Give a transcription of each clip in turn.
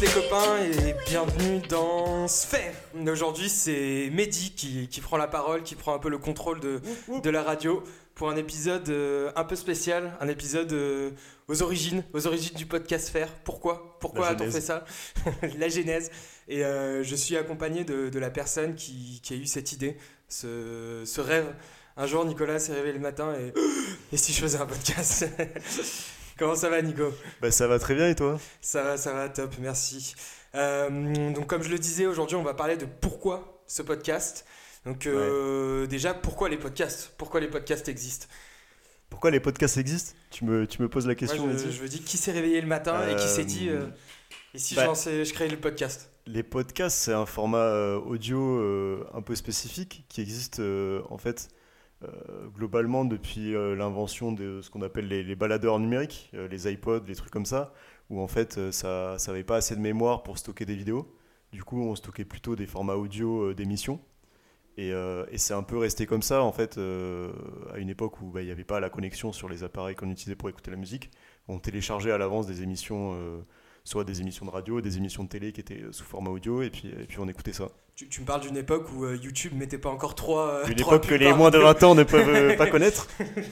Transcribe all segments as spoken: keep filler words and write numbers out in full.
les copains et bienvenue dans Sphère. Aujourd'hui c'est Mehdi qui, qui prend la parole, qui prend un peu le contrôle de, de la radio pour un épisode euh, un peu spécial, un épisode euh, aux origines, aux origines du podcast Sphère. Pourquoi Pourquoi a-t-on fait ça? La genèse. Et euh, je suis accompagné de, de la personne qui, qui a eu cette idée, ce, ce rêve. Un jour Nicolas s'est réveillé le matin et et si je faisais un podcast? Comment ça va, Nico? Bah ça va très bien et toi? Ça va, ça va, top, merci. Euh, donc comme je le disais, aujourd'hui on va parler de pourquoi ce podcast. Donc euh, ouais. Déjà, pourquoi les podcasts? Pourquoi les podcasts existent? Pourquoi les podcasts existent? Tu me, tu me poses la question. Moi, je, je me dis qui s'est réveillé le matin euh, et qui s'est dit euh, et si bah, je, lançais, je créais le podcast? Les podcasts, c'est un format euh, audio euh, un peu spécifique qui existe euh, en fait euh, globalement depuis euh, l'invention de ce qu'on appelle les, les baladeurs numériques, euh, les iPods, les trucs comme ça, où en fait euh, ça n'avait pas assez de mémoire pour stocker des vidéos. Du coup, on stockait plutôt des formats audio euh, d'émissions. Et, euh, et c'est un peu resté comme ça en fait euh, à une époque où bah, il n'y avait pas la connexion sur les appareils qu'on utilisait pour écouter la musique. On téléchargeait à l'avance des émissions, euh, soit des émissions de radio, des émissions de télé qui étaient sous format audio, et puis, et puis on écoutait ça. Tu, tu me parles d'une époque où euh, YouTube ne mettait pas encore trois... Euh, une époque que les moins de vingt ans ne peuvent euh, pas connaître.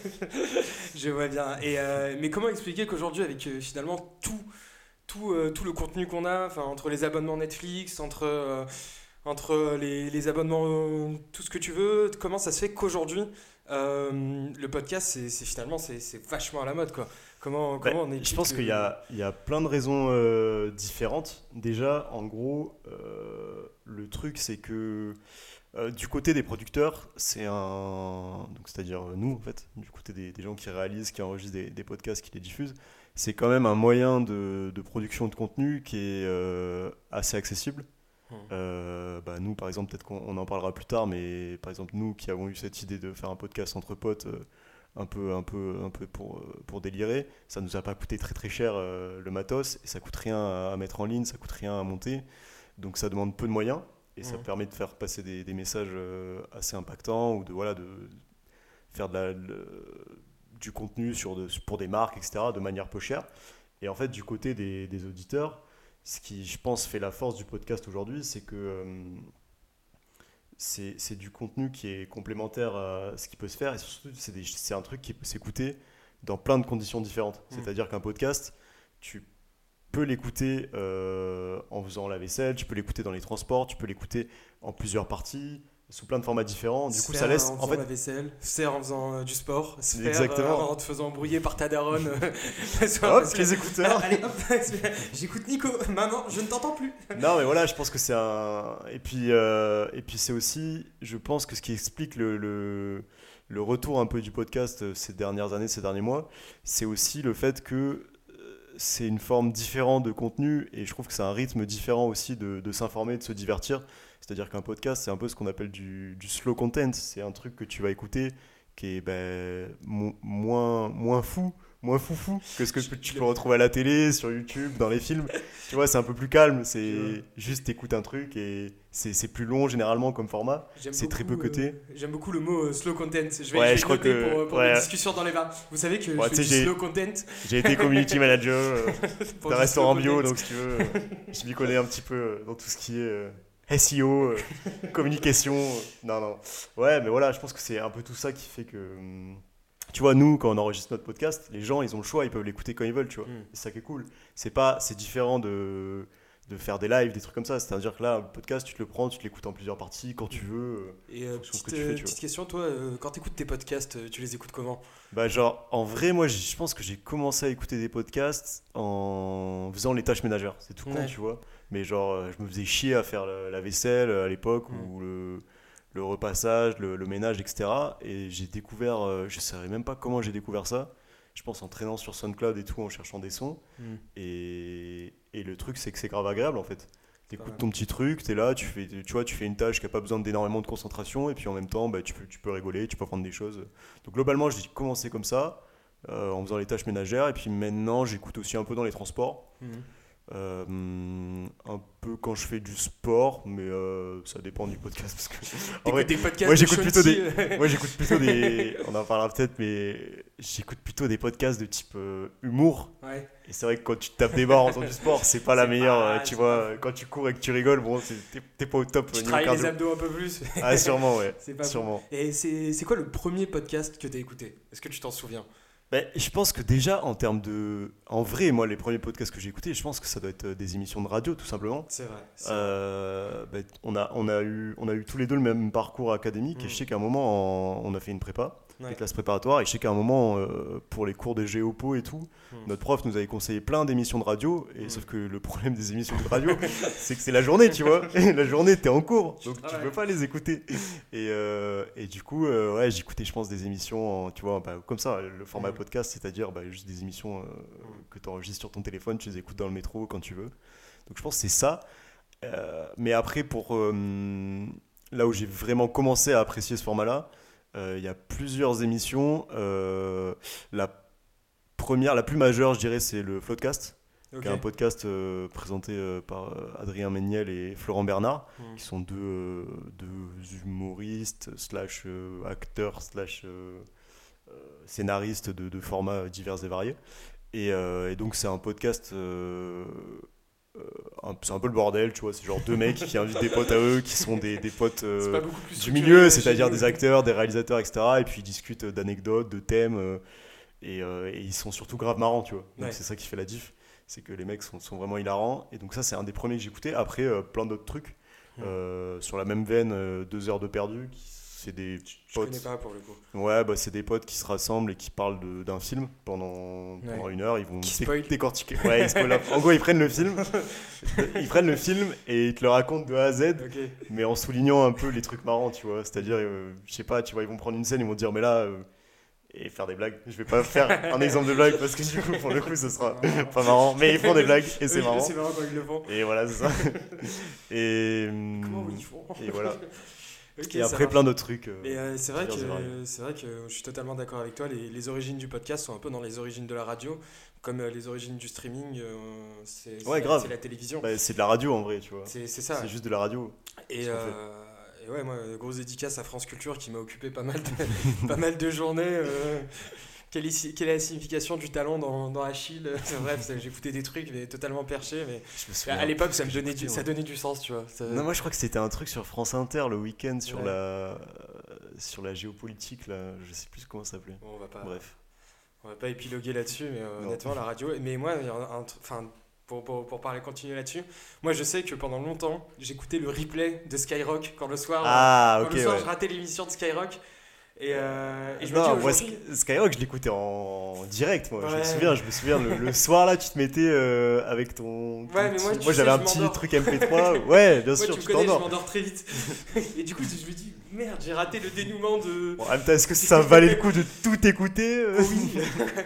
Je vois bien. Et, euh, mais comment expliquer qu'aujourd'hui, avec euh, finalement tout, tout, euh, tout le contenu qu'on a, entre les abonnements Netflix, entre... Euh, entre les, les abonnements, euh, tout ce que tu veux, comment ça se fait qu'aujourd'hui, euh, le podcast, c'est, c'est finalement, c'est, c'est vachement à la mode, quoi. Comment, bah, comment on est Je pense que... qu'il y a, il y a plein de raisons euh, différentes. Déjà, en gros, euh, le truc, c'est que euh, du côté des producteurs, c'est un... Donc, c'est-à-dire nous, en fait, du côté des, des gens qui réalisent, qui enregistrent des, des podcasts, qui les diffusent, c'est quand même un moyen de, de production de contenu qui est euh, assez accessible. Euh, bah nous par exemple, peut-être qu'on en parlera plus tard, mais par exemple nous qui avons eu cette idée de faire un podcast entre potes euh, un peu, un peu, un peu pour, euh, pour délirer, ça nous a pas coûté très très cher euh, le matos, et ça coûte rien à, à mettre en ligne, ça coûte rien à monter, donc ça demande peu de moyens et mmh. ça permet de faire passer des, des messages euh, assez impactants, ou de, voilà, de faire de la, de, du contenu sur de, pour des marques, et cetera, de manière peu chère. Et en fait, du côté des, des auditeurs, ce qui, je pense, fait la force du podcast aujourd'hui, c'est que euh, c'est, c'est du contenu qui est complémentaire à ce qui peut se faire, et surtout, c'est, des, c'est un truc qui peut s'écouter dans plein de conditions différentes. Mmh. C'est-à-dire qu'un podcast, tu peux l'écouter euh, en faisant la vaisselle, tu peux l'écouter dans les transports, tu peux l'écouter en plusieurs parties, sous plein de formats différents. Du se coup, ça laisse en faisant en fait la vaisselle, se faire en faisant euh, du sport, se faire exactement. Euh, en te faisant embrouiller par ta daronne. Hop, que... les écouteurs. Allez, hop, j'écoute Nico. Maman, je ne t'entends plus. Non, mais voilà, je pense que c'est un. Et puis, euh, et puis c'est aussi, je pense que ce qui explique le, le le retour un peu du podcast ces dernières années, ces derniers mois, c'est aussi le fait que c'est une forme différente de contenu, et je trouve que c'est un rythme différent aussi de, de s'informer, de se divertir. C'est-à-dire qu'un podcast, c'est un peu ce qu'on appelle du, du slow content. C'est un truc que tu vas écouter qui est ben, mo- moins, moins fou, moins foufou que ce que tu, tu peux retrouver à la télé, sur YouTube, dans les films. Tu vois, c'est un peu plus calme. C'est ouais. juste t'écoutes un truc, et c'est, c'est plus long généralement comme format. J'aime c'est beaucoup, très peu coté. Euh, j'aime beaucoup le mot euh, slow content. Je vais, ouais, je vais je crois noter que, pour, pour ouais. les discussions dans les bars. Vous savez que ouais, je fais du j'ai, slow content. J'ai été community manager euh, d'un restaurant bio, donc si tu veux, euh, je m'y connais un petit peu euh, dans tout ce qui est... Euh, S E O, euh, communication, euh, non, non. Ouais, mais voilà, je pense que c'est un peu tout ça qui fait que... Hum, tu vois, nous, quand on enregistre notre podcast, les gens, ils ont le choix, ils peuvent l'écouter quand ils veulent, tu vois. Mm. C'est ça qui est cool. C'est pas, c'est différent de, de faire des lives, des trucs comme ça. C'est-à-dire que là, le podcast, tu te le prends, tu te l'écoutes en plusieurs parties, quand tu veux. Et euh, petite, que tu fais, tu petite question, toi, euh, quand tu écoutes tes podcasts, tu les écoutes comment? Bah genre, en vrai, moi, je pense que j'ai commencé à écouter des podcasts en faisant les tâches ménagères. C'est tout con, ouais. tu vois. Mais genre, je me faisais chier à faire la, la vaisselle à l'époque, mmh. ou le, le repassage, le, le ménage, et cetera. Et j'ai découvert, euh, je ne savais même pas comment j'ai découvert ça. Je pense en traînant sur SoundCloud et tout, en cherchant des sons. Mmh. Et, et le truc, c'est que c'est grave agréable, en fait. Tu écoutes ton petit truc, tu es là, tu fais, tu vois, tu fais une tâche qui n'a pas besoin d'énormément de concentration. Et puis en même temps, bah, tu, peux, tu peux rigoler, tu peux apprendre des choses. Donc globalement, j'ai commencé comme ça, euh, en faisant les tâches ménagères. Et puis maintenant, j'écoute aussi un peu dans les transports. Mmh. Euh, un peu quand je fais du sport, mais euh, ça dépend du podcast parce que en vrai, des podcasts moi j'écoute de plutôt des moi j'écoute plutôt des on en parlera peut-être, mais j'écoute plutôt des podcasts de type euh, humour, ouais. Et c'est vrai que quand tu te tapes des barres en faisant du sport, c'est pas la C'est meilleure. pas- euh, tu c'est vois, quand tu cours et que tu rigoles, bon, c'est- t'es, t'es pas au top. Tu niveau travailles les cardio. abdos un peu plus. Ah, sûrement, ouais. C'est pas sûrement. bon. Et c'est, c'est quoi le premier podcast que t'as écouté? Est-ce que tu t'en souviens? Ben, je pense que déjà, en termes de. En vrai, moi, les premiers podcasts que j'ai écoutés, je pense que ça doit être des émissions de radio, tout simplement. C'est vrai. c'est Euh, ben, on, a, on, a eu, on a eu tous les deux le même parcours académique. Mm. Et je sais qu'à un moment, en- on a fait une prépa, Ouais. des classes préparatoires. Et je sais qu'à un moment, euh, pour les cours de géopo et tout, Mm. notre prof nous avait conseillé plein d'émissions de radio. Et Mm. sauf que le problème des émissions de radio, c'est que c'est la journée, tu vois. Et la journée, t'es en cours. Donc Ah tu ouais. peux pas les écouter. Et, euh, et du coup, euh, ouais, j'écoutais, je pense, des émissions, en- tu vois, bah, comme ça, le format Mm. podcast, c'est-à-dire bah, juste des émissions euh, que tu enregistres sur ton téléphone, tu les écoutes dans le métro quand tu veux. Donc je pense que c'est ça. Euh, mais après, pour euh, là où j'ai vraiment commencé à apprécier ce format-là, euh, il y a plusieurs émissions. Euh, la première, la plus majeure, je dirais, c'est le Floodcast, Ok. qui est un podcast euh, présenté euh, par euh, Adrien Méniel et Florent Bernard, Mm. qui sont deux, euh, deux humoristes, slash euh, acteurs, slash euh, euh, scénaristes de, de formats divers et variés. Et, euh, et donc c'est un podcast, euh, euh, un- c'est un peu le bordel, tu vois, c'est genre deux mecs qui invitent des potes à eux, qui sont des, des potes euh, C'est pas beaucoup plus du structuré milieu, chez c'est-à-dire nous. des acteurs, des réalisateurs, et cetera. Et puis ils discutent d'anecdotes, de thèmes, euh, et, euh, et ils sont surtout grave marrants, tu vois. Donc Ouais. c'est ça qui fait la diff, c'est que les mecs sont, sont vraiment hilarants. Et donc ça c'est un des premiers que j'écoutais. Après euh, plein d'autres trucs, Mm. euh, sur la même veine, euh, deux heures de perdu, qui- c'est des Je potes. connais pas pour le coup. Ouais, bah c'est des potes qui se rassemblent et qui parlent de- d'un film pendant, pendant Ouais. une heure. Ils vont Qui dé- spoil. décortiquer. Ouais, ils spoilent. En gros, ils prennent le film, ils prennent le film et ils te le racontent de A à Z, Ok. mais en soulignant un peu les trucs marrants, tu vois. C'est-à-dire, euh, je sais pas, tu vois, ils vont prendre une scène, ils vont dire, mais là, euh, et faire des blagues. Je vais pas faire un exemple de blague parce que du coup, pour le coup, ce sera pas marrant, mais ils font des blagues et c'est Oui, marrant. C'est marrant quand ils le font. Et voilà, c'est ça. Et, hum, Comment ils font? et voilà. Ok, Et ça après, marche. plein d'autres trucs. euh, Mais euh, c'est vrai que divers et variés. c'est vrai que je suis totalement d'accord avec toi. Les, les origines du podcast sont un peu dans les origines de la radio, comme euh, les origines du streaming. euh, c'est c'est Ouais, la, grave. c'est la télévision. Bah, c'est de la radio en vrai, tu vois. C'est c'est ça. C'est juste de la radio. Et, ce qu'on euh, et ouais, moi, grosse dédicace à France Culture qui m'a occupé pas mal de, pas mal de journées. euh, quelle, est, quelle est la signification du talent dans, dans Achille? Bref, ça, j'écoutais des trucs mais totalement perchés. Mais Je me souviens. à l'époque, ça me donnait du, j'écoutais, ça ouais. donnait du sens, tu vois. Ça- Non, moi je crois que c'était un truc sur France Inter le week-end sur Ouais. la euh, sur la géopolitique là, je sais plus comment ça s'appelait. Bon, on va pas. Bref. On va pas épiloguer là-dessus, mais euh, Non. honnêtement, la radio. Mais moi, il y a un, un tr- enfin, pour, pour, pour parler, continuer là-dessus, moi je sais que pendant longtemps, j'écoutais le replay de Skyrock quand le soir, Ah, quand ok. le soir Ouais. je ratais l'émission de Skyrock. Et, euh, et je me Non, dis moi, aujourd'hui. Sky- Skyrock, je l'écoutais en direct, moi. Je me Ouais. souviens, je me souviens le, le soir là, tu te mettais euh, avec ton. ton Ouais, mais moi, petit- tu moi sais, j'avais un je petit m'endors. truc M P trois. Ouais, bien Moi, sûr, tu tu me connais, je t'endors. m'endors très vite. Et du coup, je me dis, merde, j'ai raté le dénouement de. Bon, en même temps, est-ce que ça valait le coup de tout écouter euh Oui.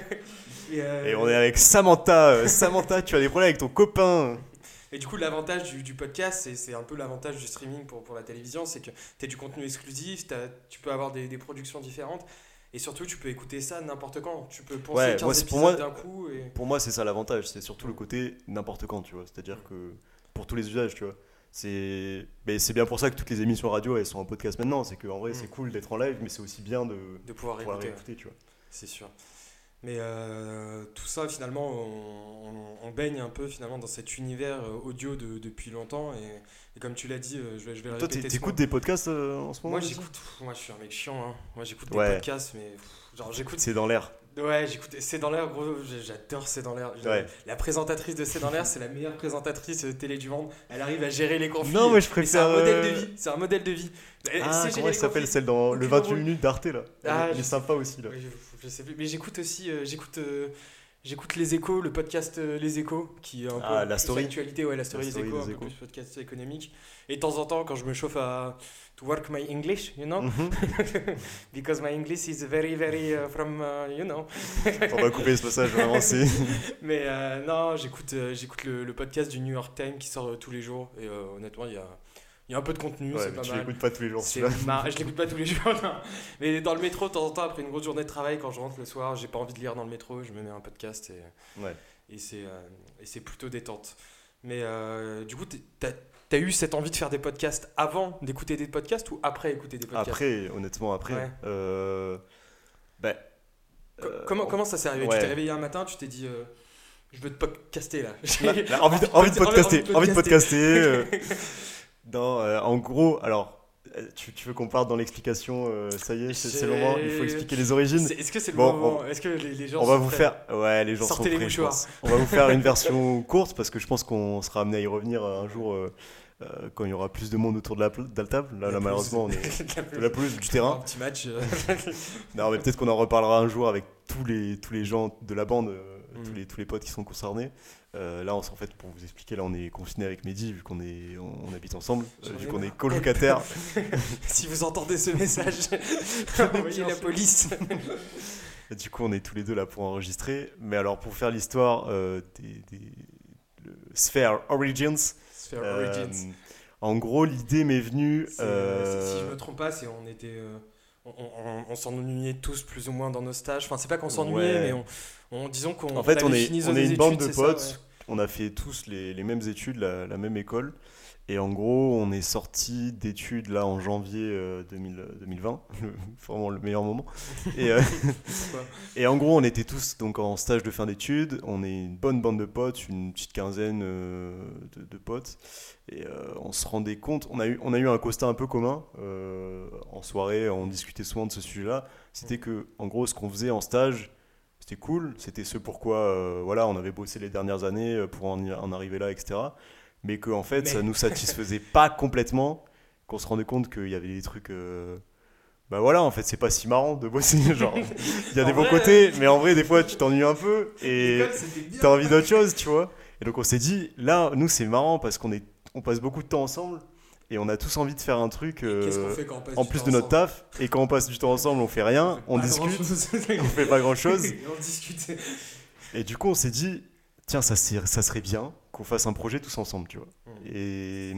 et, euh, Et on est avec Samantha. euh, Samantha, tu as des problèmes avec ton copain. Et du coup, l'avantage du, du podcast, c'est, c'est un peu l'avantage du streaming pour, pour la télévision, c'est que tu as du contenu exclusif, t'as- tu peux avoir des, des productions différentes, et surtout, tu peux écouter ça n'importe quand. Tu peux poncer Ouais, quinze moi, c'est- pour épisodes moi- d'un coup. Et... Pour moi, c'est ça l'avantage. C'est surtout le côté n'importe quand, tu vois. C'est-à-dire que pour tous les usages, tu vois. C'est mais c'est bien pour ça que toutes les émissions radio elles sont en podcast maintenant. C'est qu'en vrai, Mm. c'est cool d'être en live, mais c'est aussi bien de de pouvoir pouvoir écouter, réécouter, tu vois. c'est sûr. Mais euh, tout ça, finalement, on, on- on baigne un peu finalement dans cet univers euh, audio de- depuis longtemps. Et, et comme tu l'as dit, euh, je vais, je vais le Toi, répéter. t'é- ce t'écoutes mot. des podcasts euh, en ce moment Moi, aussi j'écoute. pff, Moi, je suis un mec chiant. Hein. Moi, j'écoute Ouais. des podcasts, mais pff, genre, j'écoute. C'est dans l'air. Ouais, j'écoute C'est dans l'air, gros. j'ai- J'adore C'est dans l'air. J'ai- Ouais. La présentatrice de C'est dans l'air, c'est la meilleure présentatrice euh, télé du monde. Elle arrive à gérer les conflits. Non, mais je Et c'est un préfère, modèle euh, de vie. C'est un modèle de vie. Elle Ah, sait comment gérer elle les s'appelle conflits. celle dans le Aucune vingt-huit rôle. minutes d'Arte là Elle, Ah, est- elle est je- sympa aussi là. Ouais, je, je sais plus. Mais j'écoute aussi. euh, j'écoute. euh, J'écoute Les Échos, le podcast euh, Les Échos, qui est un Ah, peu la plus story. actualité, ouais, la story, La story Les Échos, des un peu Échos. plus podcast économique. Et de temps en temps, quand je me chauffe à to work my English, you know, Mhm. because my English is very, very uh, from, uh, you know. On va couper ce passage vraiment. C'est Mais euh, non, j'écoute, euh, j'écoute le, le podcast du New York Times qui sort euh, tous les jours. Et euh, honnêtement, il y a, il y a un peu de contenu, ouais, c'est mais pas tu mal. l'écoutes pas tous les jours. C'est celui-là. mar- Je l'écoute pas tous les jours, non. Mais dans le métro, de temps en temps, après une grosse journée de travail, quand je rentre le soir, j'ai pas envie de lire dans le métro, je me mets un podcast et, Ouais. et, c'est, euh, et c'est plutôt détente. Mais euh, du coup, t'es- t'as, t'as eu cette envie de faire des podcasts avant d'écouter des podcasts ou après écouter des podcasts? Après, honnêtement, après. Ouais. Euh, ben, Co- euh, comment, comment ça s'est arrivé? ouais. Tu t'es réveillé un matin, tu t'es dit, euh, Je veux te podcaster là. Là, là, envie, de, envie de podcaster, envie de podcaster. euh, dans, euh, en gros, alors, tu, tu veux qu'on parte dans l'explication euh, ça y est, c'est, c'est le moment, il faut expliquer les origines. C'est, est-ce que c'est le bon, moment on, Est-ce que les, les gens on va sont vous prêts faire, ouais, les gens Sortez sont les prêts, je mouchoirs. pense. On va vous faire une version courte parce que je pense qu'on sera amené à y revenir un jour euh, euh, quand il y aura plus de monde autour de la, de la table. Là, La là pelouse. malheureusement, on est La de la pelouse, du terrain. Un petit match. euh, Non, mais peut-être qu'on en reparlera un jour avec tous les, tous les gens de la bande, euh, Mm. tous, les, tous les potes qui sont concernés. Euh, là, on, s- en fait, pour vous expliquer, là, on est confiné avec Mehdi, vu qu'on est, on, on habite ensemble, euh, J'en ai vu qu'on est marre. colocataires. Si vous entendez ce message, envoyez la police. Du coup, on est tous les deux là pour enregistrer. Mais alors, pour faire l'histoire euh, des, des le Sphere Origins, Sphere euh, Origins. en gros, l'idée m'est venue. C'est, euh, c'est- si je euh, me trompe pas, c'est on était, euh, on, on- on s'ennuyait tous plus ou moins dans nos stages. Enfin, c'est pas qu'on s'ennuyait, Ouais. mais on, on- disons qu'on En fait, avait on est, fini on nos est une études, bande de c'est ça, potes. ouais. On a fait tous les, les mêmes études, la, la même école. Et en gros, on est sorti d'études là en janvier euh, deux mille, deux mille vingt, le- vraiment le meilleur moment. Et, euh, Pourquoi et en gros, on était tous donc en stage de fin d'études. On est une bonne bande de potes, une petite quinzaine euh, de, de potes. Et euh, on se rendait compte, on a eu, on a eu un constat un peu commun euh, en soirée, on discutait souvent de ce sujet-là. C'était que, en gros, ce qu'on faisait en stage, c'était cool. C'était ce pourquoi euh, voilà, on avait bossé les dernières années euh, pour en, y- en arriver là, et cetera. Mais qu'en fait, Mais- ça nous satisfaisait pas complètement. Qu'on se rendait compte qu'il y avait des trucs. euh, Bah voilà, en fait, c'est pas si marrant de bosser. Genre, il y a En des bons vrai, côtés, mais en vrai, des fois, tu t'ennuies un peu et L'école, c'était bien. t'as envie d'autre chose, tu vois. Et donc, on s'est dit, là, nous, c'est marrant parce qu'on est, on passe beaucoup de temps ensemble et on a tous envie de faire un truc euh, Qu'est-ce qu'on fait quand on passe en du plus temps de notre ensemble taf. Et quand on passe du temps ensemble, on fait rien, on Pas discute, grand-chose. on fait pas grand chose. On discute. Et du coup, on s'est dit, tiens, ça, c'est- ça serait bien qu'on fasse un projet tous ensemble, tu vois. Mm. Et,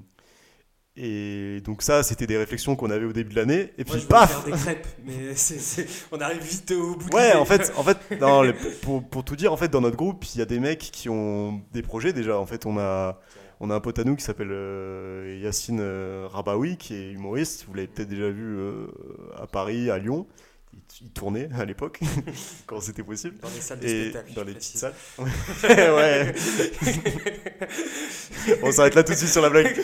et donc, ça, c'était des réflexions qu'on avait au début de l'année. Et Moi, puis, je voulais paf! faire des crêpes, mais c'est, c'est- on arrive vite au bout de Ouais, l'idée. en fait, en fait non, les- pour, pour tout dire, en fait, dans notre groupe, il y a des mecs qui ont des projets déjà. En fait, on a, on a un pote à nous qui s'appelle euh, Yacine euh, Rabaoui, qui est humoriste. Vous l'avez peut-être déjà vu euh, à Paris, à Lyon. Il, il tournait à l'époque, quand c'était possible. Dans les salles de Et spectacle. dans je les précise. petites salles. Ouais. On s'arrête là tout de suite sur la blague.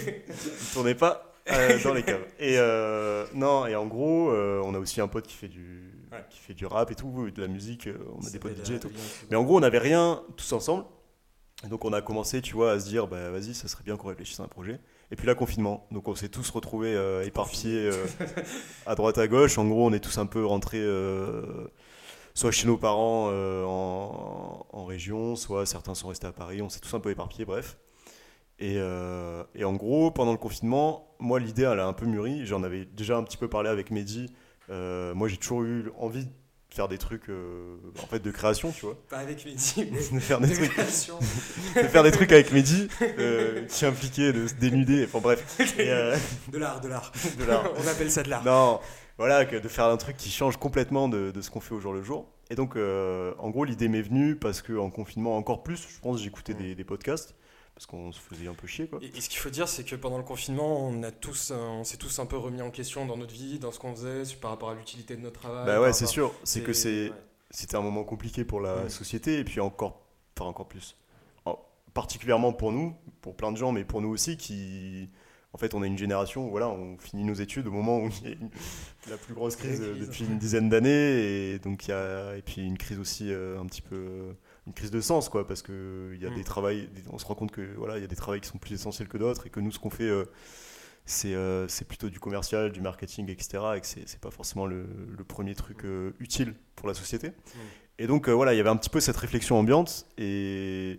Il tournait pas euh, dans les caves. Et euh, non, et en gros, euh, on a aussi un pote qui fait du, Ouais. qui fait du rap et tout, de la musique. euh, On a des potes Ça D J et fait tout. de la- Mais en gros, on n'avait rien tous ensemble. Et donc, on a commencé, tu vois, à se dire, bah vas-y, ça serait bien qu'on réfléchisse à un projet. Et puis là, confinement. Donc, on s'est tous retrouvés euh, éparpillés euh, à droite, à gauche. En gros, on est tous un peu rentrés euh, soit chez nos parents euh, en, en région, soit certains sont restés à Paris. On s'est tous un peu éparpillés, bref. Et, euh, et en gros, pendant le confinement, moi, l'idée, elle a un peu mûri. J'en avais déjà un petit peu parlé avec Mehdi. Euh, moi, j'ai toujours eu envie de faire des trucs euh, en fait de création, tu vois. Pas avec Mehdi, mais De faire des de trucs, création. de faire des trucs avec Mehdi euh, qui impliquaient de se dénuder. Enfin bref. Et, euh, De l'art, de l'art. de l'art. On appelle ça de l'art. Non, voilà, que de faire un truc qui change complètement de, de ce qu'on fait au jour le jour. Et donc, euh, en gros, l'idée m'est venue parce qu'en confinement, encore plus, je pense, j'écoutais des, des podcasts parce qu'on se faisait un peu chier, quoi. Et, et ce qu'il faut dire, c'est que pendant le confinement, on, a tous, euh, on s'est tous un peu remis en question dans notre vie, dans ce qu'on faisait, sur- par rapport à l'utilité de notre travail. Bah par ouais, c'est rapport- sûr. C'est que c'est, ouais. c'était un moment compliqué pour la Mm. société et puis encore, enfin encore plus. En- particulièrement pour nous, pour plein de gens, mais pour nous aussi qui. En fait, on a une génération où voilà, on finit nos études au moment où il y a une- la plus grosse crise La euh, crise. depuis une dizaine d'années, et donc il y a et puis une crise aussi euh, un petit peu euh, une crise de sens, quoi, parce que il y a Mm. des travails, on se rend compte que voilà, il y a des travails qui sont plus essentiels que d'autres et que nous, ce qu'on fait, euh, c'est euh, c'est plutôt du commercial, du marketing, et cetera, et que c'est c'est pas forcément le, le premier truc euh, utile pour la société. Et donc euh, voilà, il y avait un petit peu cette réflexion ambiante et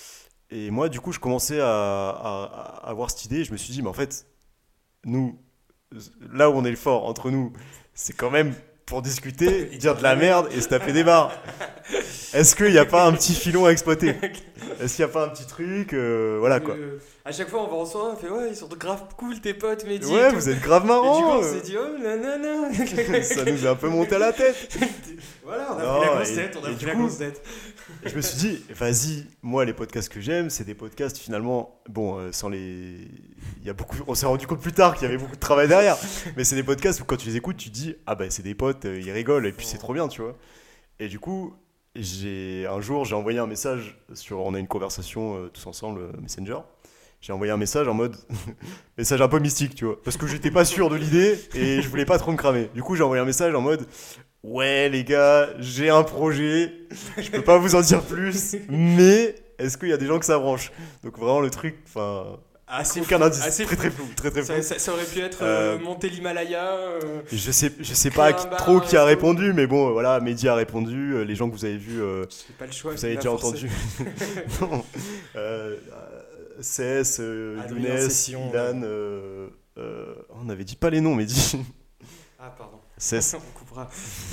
et moi, du coup, je commençais à, à- à avoir cette idée. Je me suis dit, mais en fait, nous, là où on est le fort entre nous, c'est quand même pour discuter, dire de la merde et se taper des barres. Est-ce qu'il n'y a pas un petit filon à exploiter? Est-ce qu'il n'y a pas un petit truc euh, Voilà quoi. Euh, à chaque fois, on va en soirée, on fait ouais, ils sont grave cool tes potes, Mehdi. Ouais, et tout. vous êtes grave Et du coup, marrant. on s'est dit, oh nanana. Ça nous est un peu monté à la tête. Voilà, on a Non, pris la grosse et- tête, on a et pris du la coup- grosse tête. Et je me suis dit, vas-y, moi les podcasts que j'aime, c'est des podcasts finalement, bon, euh, sans les, il y a beaucoup, on s'est rendu compte plus tard qu'il y avait beaucoup de travail derrière, mais c'est des podcasts où quand tu les écoutes, tu te dis, ah bah c'est des potes, euh, ils rigolent et puis c'est trop bien, tu vois. Et du coup, j'ai, un jour, j'ai envoyé un message sur. On a une conversation euh, tous ensemble, euh, Messenger. J'ai envoyé un message en mode. message un peu mystique, tu vois. Parce que j'étais pas sûr de l'idée et je voulais pas trop me cramer. Du coup, j'ai envoyé un message en mode. Ouais, les gars, j'ai un projet. Je peux pas vous en dire plus. Mais est-ce qu'il y a des gens que ça branche? Donc, vraiment, le truc. Enfin. Assez aucun fou, indice. assez Très, fou. très flou. Très, très flou. Ça, ça, ça aurait pu être euh, Euh, monter l'Himalaya. Euh, Je sais, je sais créer pas un bar, trop qui a un resto. répondu, mais bon, voilà, Mehdi a répondu. euh, Les gens que vous avez vus. euh, J'ai pas le choix. Vous avez il m'a déjà forcé. entendu. Non. Euh, C S, euh, Adrien Younes, Session, Ilan. euh, euh, on n'avait dit pas les noms, mais dit. Ah, pardon. C S. On coupera.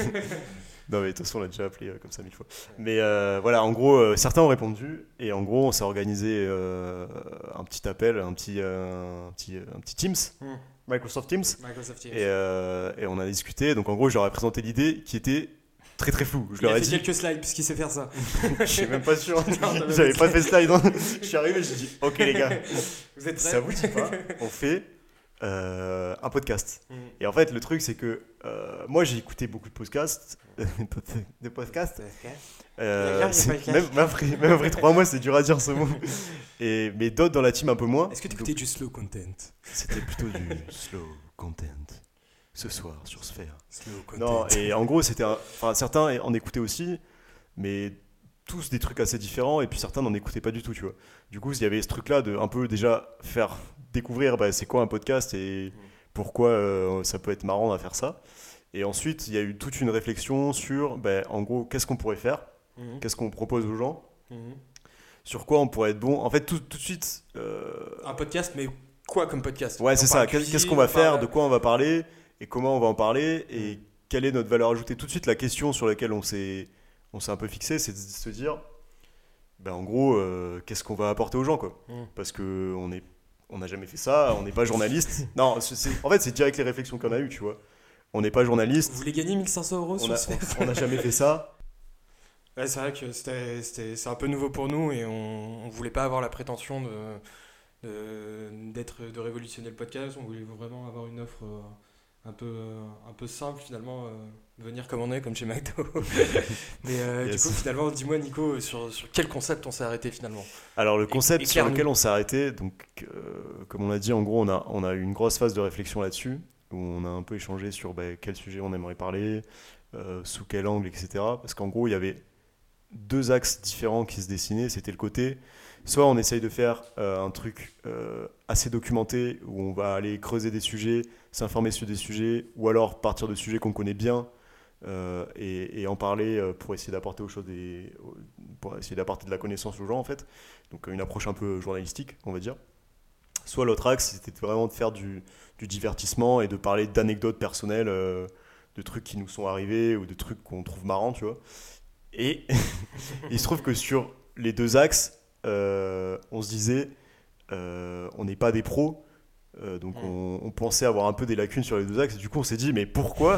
Non, mais de toute façon, on l'a déjà appelé euh, comme ça mille fois. Mais euh, voilà, en gros, euh, certains ont répondu. Et en gros, on s'est organisé euh, un petit appel, un petit, euh, un petit, un petit Teams, Hmm. Microsoft Teams. Microsoft Teams. Et, euh, et on a discuté. Donc en gros, je leur ai présenté l'idée qui était très très floue. Je Il leur a ai fait dit. quelques slides puisqu'il sait faire ça. Je suis même pas sûr. Non, t'as même J'avais pas pas fait slide. hein. Je suis arrivé, j'ai dit ok les gars, Vous êtes prêts? ça vous dit pas? On fait euh, un podcast. Hmm. Et en fait, le truc c'est que euh, moi j'ai écouté beaucoup de podcasts, de podcasts. Euh, D'ailleurs, il y a c'est- pas le cas. même, même après, même après trois mois, c'est dur à dire ce mot. Et mais d'autres dans la team un peu moins. Est-ce que tu écoutais du slow content? C'était plutôt du slow content. Ce soir sur Sphère. Slow Non, content. et en gros, c'était un- enfin, certains en écoutaient aussi, mais tous des trucs assez différents, et puis certains n'en écoutaient pas du tout, tu vois. Du coup, il y avait ce truc-là de un peu déjà faire découvrir bah, c'est quoi un podcast et pourquoi euh, ça peut être marrant à faire ça. Et ensuite, il y a eu toute une réflexion sur, bah, en gros, qu'est-ce qu'on pourrait faire, Mhm. qu'est-ce qu'on propose aux gens, Mhm. sur quoi on pourrait être bon. En fait, tout, tout de suite, euh, Un podcast, mais quoi comme podcast? ouais, On c'est parle ça. Qu'est- cuisine, Qu'est-ce qu'on va on faire, parle- de quoi on va parler, et comment on va en parler, et quelle est notre valeur ajoutée. Tout de suite, la question sur laquelle on s'est, on s'est un peu fixé, c'est de se dire, ben, en gros, euh, qu'est-ce qu'on va apporter aux gens, quoi. Mm. Parce que on est, on n'a jamais fait ça, on n'est pas journaliste. Non, c'est, c'est- en fait, c'est direct les réflexions qu'on a eues, tu vois. On n'est pas journaliste, Vous voulez gagner mille cinq cents euros on sur a- Sphère? on n'a jamais fait ça. Ouais, c'est vrai que c'était, c'était, c'est un peu nouveau pour nous et on, on voulait pas avoir la prétention de, de- d'être, de révolutionner le podcast. On voulait vraiment avoir une offre euh, un peu, euh, un peu simple finalement, euh, venir comme on est, comme chez McDo. Mais euh, Yes. du coup, finalement, dis-moi Nico, sur, sur quel concept on s'est arrêté finalement? Alors le concept sur éclaire-nous. lequel on s'est arrêté, donc euh, comme on a dit, en gros, on a, on a eu une grosse phase de réflexion là-dessus, où on a un peu échangé sur bah, quel sujet on aimerait parler, euh, sous quel angle, et cetera. Parce qu'en gros, il y avait deux axes différents qui se dessinaient. C'était le côté, soit on essaye de faire euh, un truc euh, assez documenté, où on va aller creuser des sujets, s'informer sur des sujets, ou alors partir de sujets qu'on connaît bien, euh, et, et en parler euh, pour essayer d'apporter aux choses des, pour essayer d'apporter de la connaissance aux gens en fait. Donc une approche un peu journalistique, on va dire. Soit l'autre axe, c'était vraiment de faire du, du divertissement et de parler d'anecdotes personnelles, euh, de trucs qui nous sont arrivés ou de trucs qu'on trouve marrants, tu vois. Et il se trouve que sur les deux axes, euh, on se disait, euh, on n'est pas des pros, euh, donc Mm. on, on pensait avoir un peu des lacunes sur les deux axes. Et du coup, on s'est dit, mais pourquoi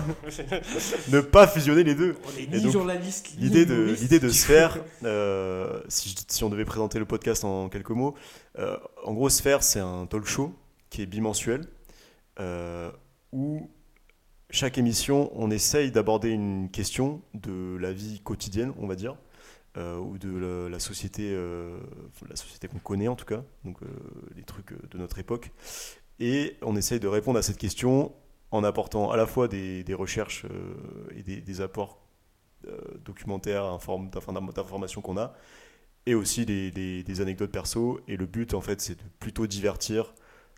ne pas fusionner les deux? On est Et ni donc, journaliste, ni L'idée de, humoriste. l'idée de Sphère, euh, si, je- si on devait présenter le podcast en quelques mots, euh, en gros, Sphère, c'est un talk show qui est bimensuel, euh, où chaque émission, on essaye d'aborder une question de la vie quotidienne, on va dire, euh, ou de la, la société, euh, enfin, la société qu'on connaît en tout cas, donc euh, les trucs euh, de notre époque. Et on essaye de répondre à cette question en apportant à la fois des, des recherches euh, et des, des apports euh, documentaires, inform- d'inform- d'informations qu'on a, et aussi des, des- des anecdotes perso. Et le but, en fait, c'est de plutôt divertir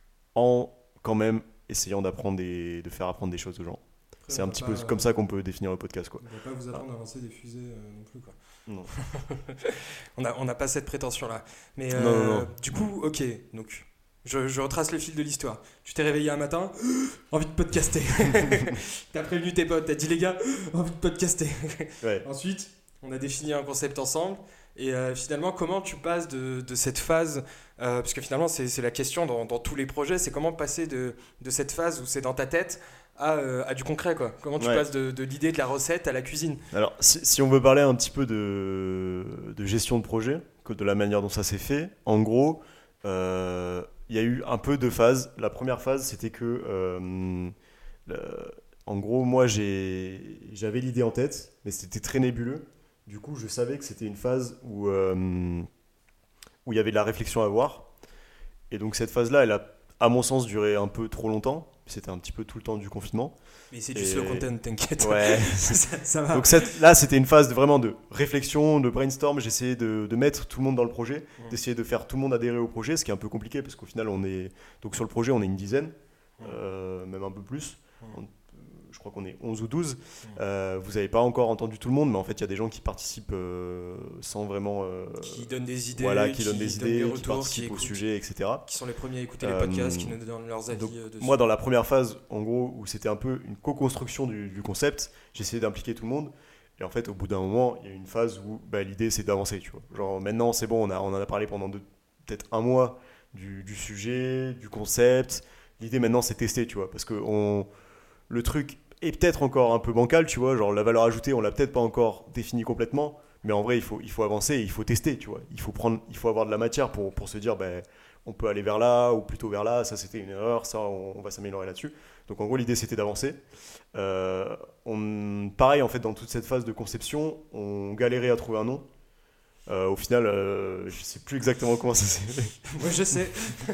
en quand même essayant d'apprendre des, de faire apprendre des choses aux gens. Après, C'est on un va petit pas- peu comme ça qu'on peut définir le podcast, quoi. On va pas vous apprendre à lancer des fusées euh, non plus, quoi. Non. On n'a on n'a pas cette prétention-là. Mais Non, euh, non, non. du coup, ok, donc je, je retrace le fil de l'histoire. Tu t'es réveillé un matin, envie de podcaster. T'as prévenu tes potes, t'as dit les gars, envie de podcaster. Ouais. Ensuite, on a défini un concept ensemble. Et euh, finalement, comment tu passes de, de cette phase, euh, parce que finalement c'est c'est la question dans, dans tous les projets, c'est comment passer de, de cette phase où c'est dans ta tête à, euh, à du concret, quoi. Comment tu Ouais. passes de, de l'idée de la recette à la cuisine. Alors, si, si on veut parler un petit peu de, de gestion de projet, que de la manière dont ça s'est fait, en gros, euh, il y a eu un peu deux phases. La première phase, c'était que, euh, le- en gros, moi, j'ai, j'avais l'idée en tête, mais c'était très nébuleux. Du coup, je savais que c'était une phase où euh, où il y avait de la réflexion à avoir. Et donc cette phase-là, elle a, à mon sens, duré un peu trop longtemps. C'était un petit peu tout le temps du confinement. Mais c'est du Et- slow content, t'inquiète. Ouais. ça, ça va. Donc cette, là, c'était une phase de, vraiment de réflexion, de brainstorm. J'essayais de, de mettre tout le monde dans le projet, Mm. d'essayer de faire tout le monde adhérer au projet, ce qui est un peu compliqué parce qu'au final, on est donc sur le projet, on est une dizaine, Mm. euh, même un peu plus. Mm. On- je crois qu'on est onze ou douze. Mm. Euh, vous n'avez pas encore entendu tout le monde, mais en fait, il y a des gens qui participent euh, sans vraiment. euh, Qui donnent des idées, voilà, qui, donnent des idées, qui retours, qui participent au écoutent, sujet, et cetera. qui sont les premiers à écouter Euh, les podcasts, qui nous donnent leurs avis Donc, euh, dessus. moi, dans la première phase, en gros, où c'était un peu une co-construction du, du concept, j'essayais d'impliquer tout le monde. Et en fait, au bout d'un moment, il y a eu une phase où bah, l'idée, c'est d'avancer. Tu vois. Genre, maintenant, c'est bon, on, a, on en a parlé pendant deux- peut-être un mois du, du sujet, du concept. L'idée, maintenant, c'est tester, tu vois. Parce que on, le truc est peut-être encore un peu bancal, tu vois. Genre, la valeur ajoutée, on l'a peut-être pas encore définie complètement. Mais en vrai, il faut, il faut avancer et il faut tester, tu vois. Il faut, prendre, il faut avoir de la matière pour, pour se dire, ben, on peut aller vers là ou plutôt vers là. Ça, c'était une erreur. Ça, on, on va s'améliorer là-dessus. Donc, en gros, l'idée, c'était d'avancer. Euh, on, pareil, en fait, dans toute cette phase de conception, on galérait à trouver un nom. Euh, au final, euh, je sais plus exactement comment ça s'est fait. Moi, je sais.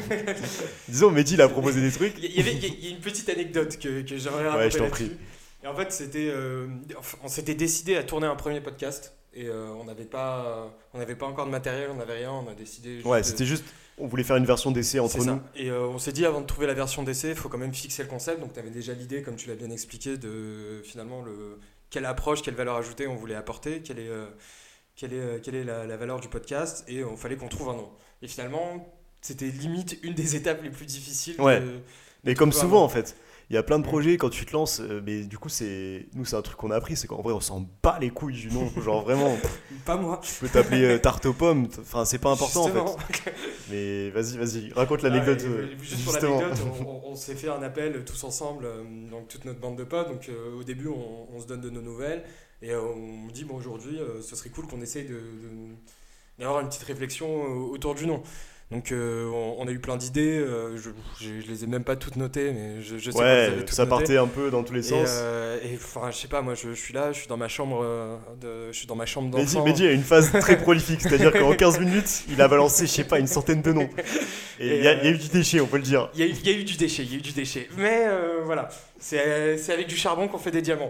Disons, Mehdi, il a proposé des trucs. Il y avait, il y a une petite anecdote que, que j'aimerais raconter Ouais, je t'en là-dessus. prie. Et en fait, c'était, euh, enfin, on s'était décidé à tourner un premier podcast et euh, on n'avait pas, on n'avait pas encore de matériel, on n'avait rien, on a décidé. Juste Ouais, de- c'était juste, on voulait faire une version d'essai entre C'est nous. ça. Et euh, on s'est dit avant de trouver la version d'essai, il faut quand même fixer le concept. Donc tu avais déjà l'idée, comme tu l'as bien expliqué, de finalement le quelle approche, quelle valeur ajoutée on voulait apporter, quelle est, euh, quelle est, euh, quelle est la, la valeur du podcast, et il fallait qu'on trouve un nom. Et finalement, c'était limite une des étapes les plus difficiles. Ouais. de- Mais de comme trouver un souvent, nom. en fait, il y a plein de projets quand tu te lances, euh, mais du coup, c'est nous, c'est un truc qu'on a appris, c'est qu'en vrai, on s'en bat les couilles du nom. Genre vraiment, Pas moi. tu peux t'appeler euh, tarte aux pommes. t- Enfin, c'est pas important en Justement. fait. Mais vas-y, vas-y, raconte l'anecdote. Ah, et, euh, euh, juste pour justement. l'anecdote, on, on- on s'est fait un appel tous ensemble, euh, donc toute notre bande de potes. Donc euh, au début, on, on se donne de nos nouvelles et euh, on dit bon aujourd'hui, euh, ce serait cool qu'on essaye de, de- d'avoir une petite réflexion euh, autour du nom. Donc euh, on, on a eu plein d'idées. euh, je, je, je les ai même pas toutes notées, mais je, je sais que vous Ouais, avez toutes ça notées. partait un peu dans tous les Et, sens. euh, et enfin, je sais pas, moi je, je suis là, je suis dans ma chambre, euh, de, je suis dans ma chambre Mehdi, d'enfant. Mehdi a une phase très prolifique, c'est-à-dire qu'en quinze minutes, il a balancé, je sais pas, une centaine de noms. Et Et, il y, a- euh, il y a eu du déchet, on peut le dire. Il y, a eu- il y a eu du déchet, il y a eu du déchet. Mais euh, voilà, c'est c'est avec du charbon qu'on fait des diamants.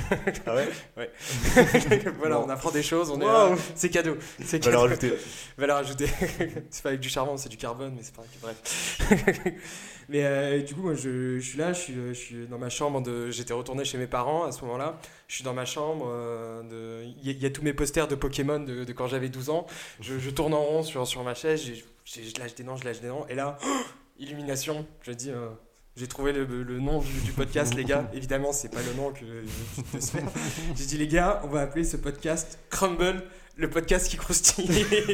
Ah ouais. Voilà, Bon. on apprend des choses, on est Waouh. là. C'est cadeau. C'est Valeur cadeau. ajoutée. Valeur ajoutée. C'est pas avec du charbon, c'est du carbone, mais c'est pas bref. Mais euh, du coup, moi, je, je suis là, je suis, je suis dans ma chambre. De, j'étais retourné chez mes parents à ce moment-là. Je suis dans ma chambre. euh, de- Il y, a- il y a tous mes posters de Pokémon de, de quand j'avais douze ans. Je, je tourne en rond sur, sur ma chaise. j'ai- j'ai- Je lâche des noms, je lâche des noms. Et là, illumination. Je dis, euh, j'ai trouvé le, le nom du, du podcast, les gars. Évidemment, c'est pas le nom que je peux se faire. J'ai dit, les gars, on va appeler ce podcast Crumble, le podcast qui croustille.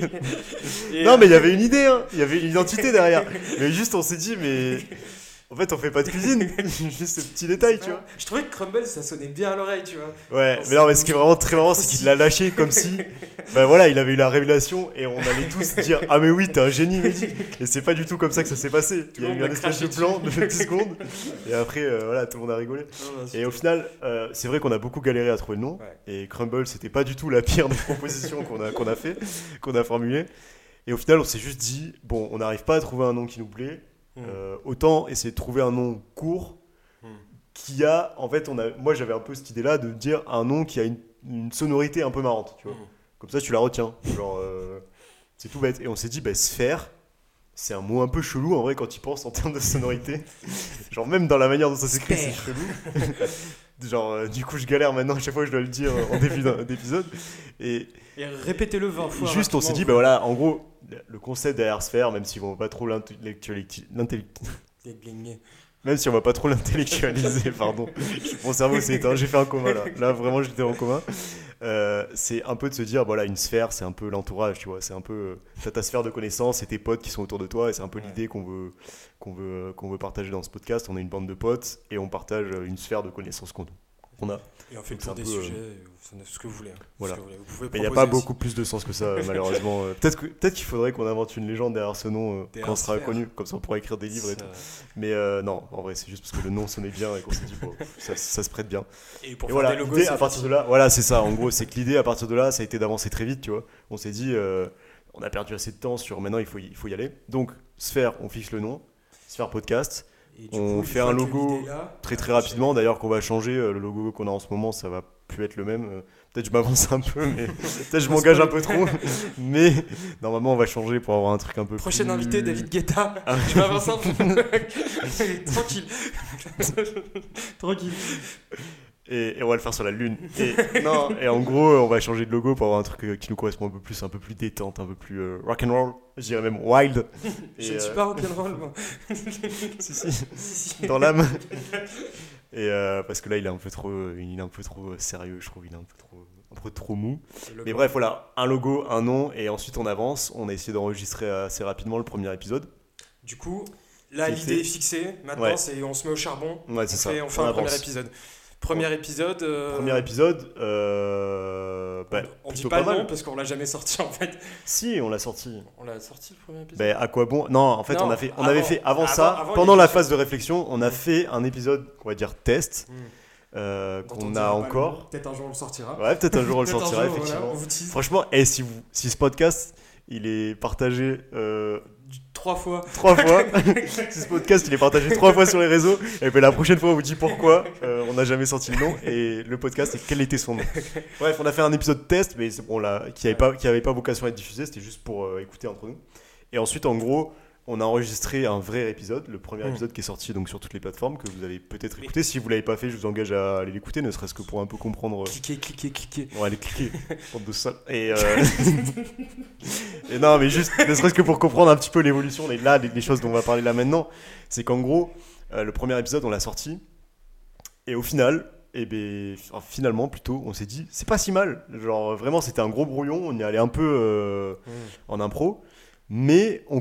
Et, Non, euh, mais il y avait une idée, hein. Il y avait une identité derrière. Mais juste, on s'est dit, mais en fait, on fait pas de cuisine. Juste ce petit détail, tu vois. Je trouvais que Crumble, ça sonnait bien à l'oreille, tu vois. Ouais, mais non, mais ce qui est vraiment très marrant, c'est qu'il l'a lâché comme si, ben voilà, il avait eu la révélation et on allait tous dire, ah mais oui, t'es un génie, Mehdi. Et c'est pas du tout comme ça que ça s'est passé. Il y a le eu monde un m'a espèce de craché plan de dix secondes et après, euh, voilà, tout le monde a rigolé. Et au final, euh, c'est vrai qu'on a beaucoup galéré à trouver le nom. Ouais. Et Crumble, c'était pas du tout la pire des propositions qu'on a, qu'on a fait, qu'on a formulées. Et au final, on s'est juste dit, bon, on n'arrive pas à trouver un nom qui nous plaît. Mm. Euh, autant essayer de trouver un nom court Mm. qui a, en fait, on a, moi j'avais un peu cette idée-là de dire un nom qui a une, une sonorité un peu marrante, tu vois. Mm. Comme ça, tu la retiens. Genre, euh, c'est tout bête. Et on s'est dit, bah, sphère, c'est un mot un peu chelou en vrai quand tu y penses en termes de sonorité. Genre, même dans la manière dont ça s'écrit, c'est Sphère. chelou. Genre, euh, du coup, je galère maintenant à chaque fois que je dois le dire en début d'un- d'épisode. Et Et répétez-le vingt fois. juste, on s'est dit, rapidement. bah voilà, en gros, le concept derrière sphère, même si on va pas trop l'intellectualiser, même si on va pas trop l'intellectualiser, pardon. Mon cerveau s'est éteint, j'ai fait un coma là. Là, vraiment, j'étais en coma. Euh, c'est un peu de se dire, voilà, une sphère, c'est un peu l'entourage, tu vois. C'est un peu, euh, t'as ta sphère de connaissances et tes potes qui sont autour de toi. Et c'est un peu Ouais. l'idée qu'on veut, qu'on veut, qu'on veut partager dans ce podcast. On est une bande de potes et on partage une sphère de connaissances qu'on qu'on a. Et on fait le Donc, tour des c'est un peu, sujets, euh, euh, ce que vous voulez. hein. Voilà. Ce que vous voulez. Vous pouvez Mais il n'y a proposer pas aussi. beaucoup plus de sens que ça, malheureusement. Euh, Peut-être que, peut-être qu'il faudrait qu'on invente une légende derrière ce nom euh, Derrière quand on sera Sphère. connu, comme ça on pourra écrire des livres et Ça- tout. Mais euh, non, en vrai, c'est juste parce que le nom sonnait bien et qu'on s'est dit, bon, ça, ça se prête bien. Et pour Et faire voilà, des logos, l'idée c'est à partir de facile. là, voilà, c'est ça. En gros, c'est que l'idée à partir de là, ça a été d'avancer très vite, tu vois. On s'est dit, euh, on a perdu assez de temps sur maintenant, il faut y, il faut y aller. Donc, Sphère, on fixe le nom, Sphère Podcast. Et du On coup, une fait fois un que logo l'idée est là, Très très on rapidement, d'ailleurs, qu'on va changer. euh, Le logo qu'on a en ce moment, ça va plus être le même. Euh, Peut-être je m'avance un peu, mais peut-être je m'engage un peu trop. Mais normalement, on va changer pour avoir un truc un peu Prochain plus... invité, David Guetta. Ah. Je m'avance un peu. Tranquille. Tranquille. Et, et on va le faire sur la lune. Et, non, et en gros, on va changer de logo pour avoir un truc euh, qui nous correspond un peu plus, un peu plus détente, un peu plus euh, rock'n'roll. Je dirais même wild. Je Et, ne suis euh, pas rock'n'roll, moi. si, si, Si, si. dans l'âme. Et euh, parce que là, il est un peu trop, il est un peu trop euh, sérieux, je trouve. Il est un peu trop, un peu trop mou. Le logo. Mais bref, voilà, un logo, un nom, et ensuite on avance. On a essayé d'enregistrer assez rapidement le premier épisode. Du coup, là, Qui l'idée était- est fixée. Maintenant, Ouais. c'est on se met au charbon. Ouais, c'est on ça. fait, on fait On un avance. premier épisode. Premier épisode. euh, Premier épisode, euh, bah, on dit plutôt pas pas le mal. nom parce qu'on l'a jamais sorti en fait. Si, on l'a sorti. On l'a sorti le premier épisode. Ben à quoi bon? Non, en fait, Non, on, a fait, on avant- avait fait avant, avant- ça, avant pendant la l'émission. phase de réflexion, on a fait un épisode, on va dire test, Hmm. euh, Dont on qu'on dira a pas le nom. encore. Peut-être un jour on le sortira. Ouais, peut-être un jour on le Peut-être un sortira, jour, voilà, effectivement. on vous tease. Franchement, et si, vous, si ce podcast, il est partagé euh, Trois fois. trois fois, si ce podcast, il est partagé trois fois sur les réseaux, et puis la prochaine fois, on vous dit pourquoi euh, on n'a jamais sorti le nom, et le podcast, et quel était son nom. Bref, on a fait un épisode test, mais c'est bon, là, qui n'avait pas, qui avait pas vocation à être diffusé, c'était juste pour euh, écouter entre nous. Et ensuite, en gros, on a enregistré un vrai épisode, le premier Mm. épisode qui est sorti donc sur toutes les plateformes, que vous avez peut-être Mais- écouté. Si vous l'avez pas fait, je vous engage à aller l'écouter, ne serait-ce que pour un peu comprendre. euh, Cliquez, cliquez, cliquez. On va aller cliquer, bande de sales. Et, euh, et non, mais juste, ne serait-ce que pour comprendre un petit peu l'évolution, et là, les, les choses dont on va parler là maintenant, c'est qu'en gros, euh, le premier épisode, on l'a sorti, et au final, et ben, enfin, finalement, plutôt, on s'est dit, c'est pas si mal. Genre, vraiment, c'était un gros brouillon, on y allait un peu euh, Mm. en impro, mais on,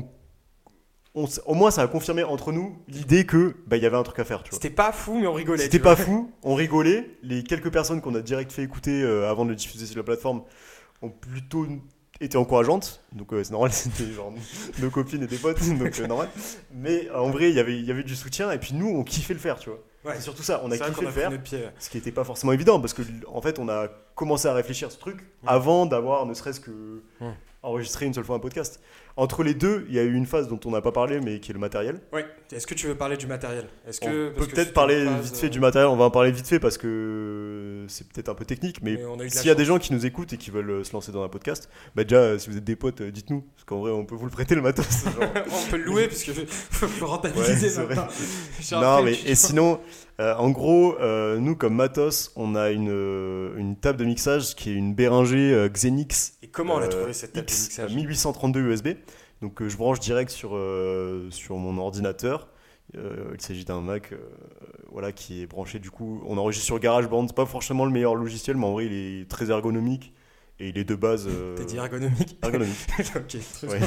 on s- au moins, ça a confirmé entre nous l'idée que bah, il y avait un truc à faire, tu vois. C'était pas fou, mais on rigolait. C'était tu pas vois. fou, on rigolait. Les quelques personnes qu'on a direct fait écouter euh, avant de le diffuser sur la plateforme ont plutôt été encourageantes. Donc euh, c'est normal, c'était genre nos copines et des potes, donc euh, normal. Mais euh, en vrai, il y avait- il y avait du soutien et puis nous, on kiffait le faire, tu vois. Ouais. C'est surtout ça, on a C'est vrai kiffé qu'on le pris faire. notre pied. Ce qui n'était pas forcément évident parce que en fait, on a commencé à réfléchir à ce truc avant d'avoir ne serait-ce que Mm. enregistré une seule fois un podcast. Entre les deux, il y a eu une phase dont on n'a pas parlé, mais qui est le matériel. Ouais. Est-ce que tu veux parler du matériel? Est-ce On que peut parce que peut-être c'était parler une phase, vite fait euh, du matériel, on va en parler vite fait parce que c'est peut-être un peu technique, mais, Mais on a eu de la s'il y a des chance. gens qui nous écoutent et qui veulent euh, se lancer dans un podcast, bah déjà, euh, si vous êtes des potes, euh, dites-nous, parce qu'en vrai, on peut vous le prêter le matos. genre. on peut le louer parce que faut, faut rentabiliser Ouais, c'est vrai. maintenant. J'ai Non, appris mais le- et sinon, euh, en gros, euh, nous comme matos, on a une, euh, une table de mixage qui est une Behringer euh, Xenix Et comment on a euh, trouvé cette table de X mixage? mille huit cent trente-deux U S B. Donc euh, je branche direct sur, euh, sur mon ordinateur. Euh, il s'agit d'un Mac euh, voilà, qui est branché. Du coup, on enregistre sur GarageBand. C'est pas forcément le meilleur logiciel, mais en vrai, il est très ergonomique. Et il est de base. euh, T'as dit ergonomique? ergonomique. Ok. très Ouais. bien.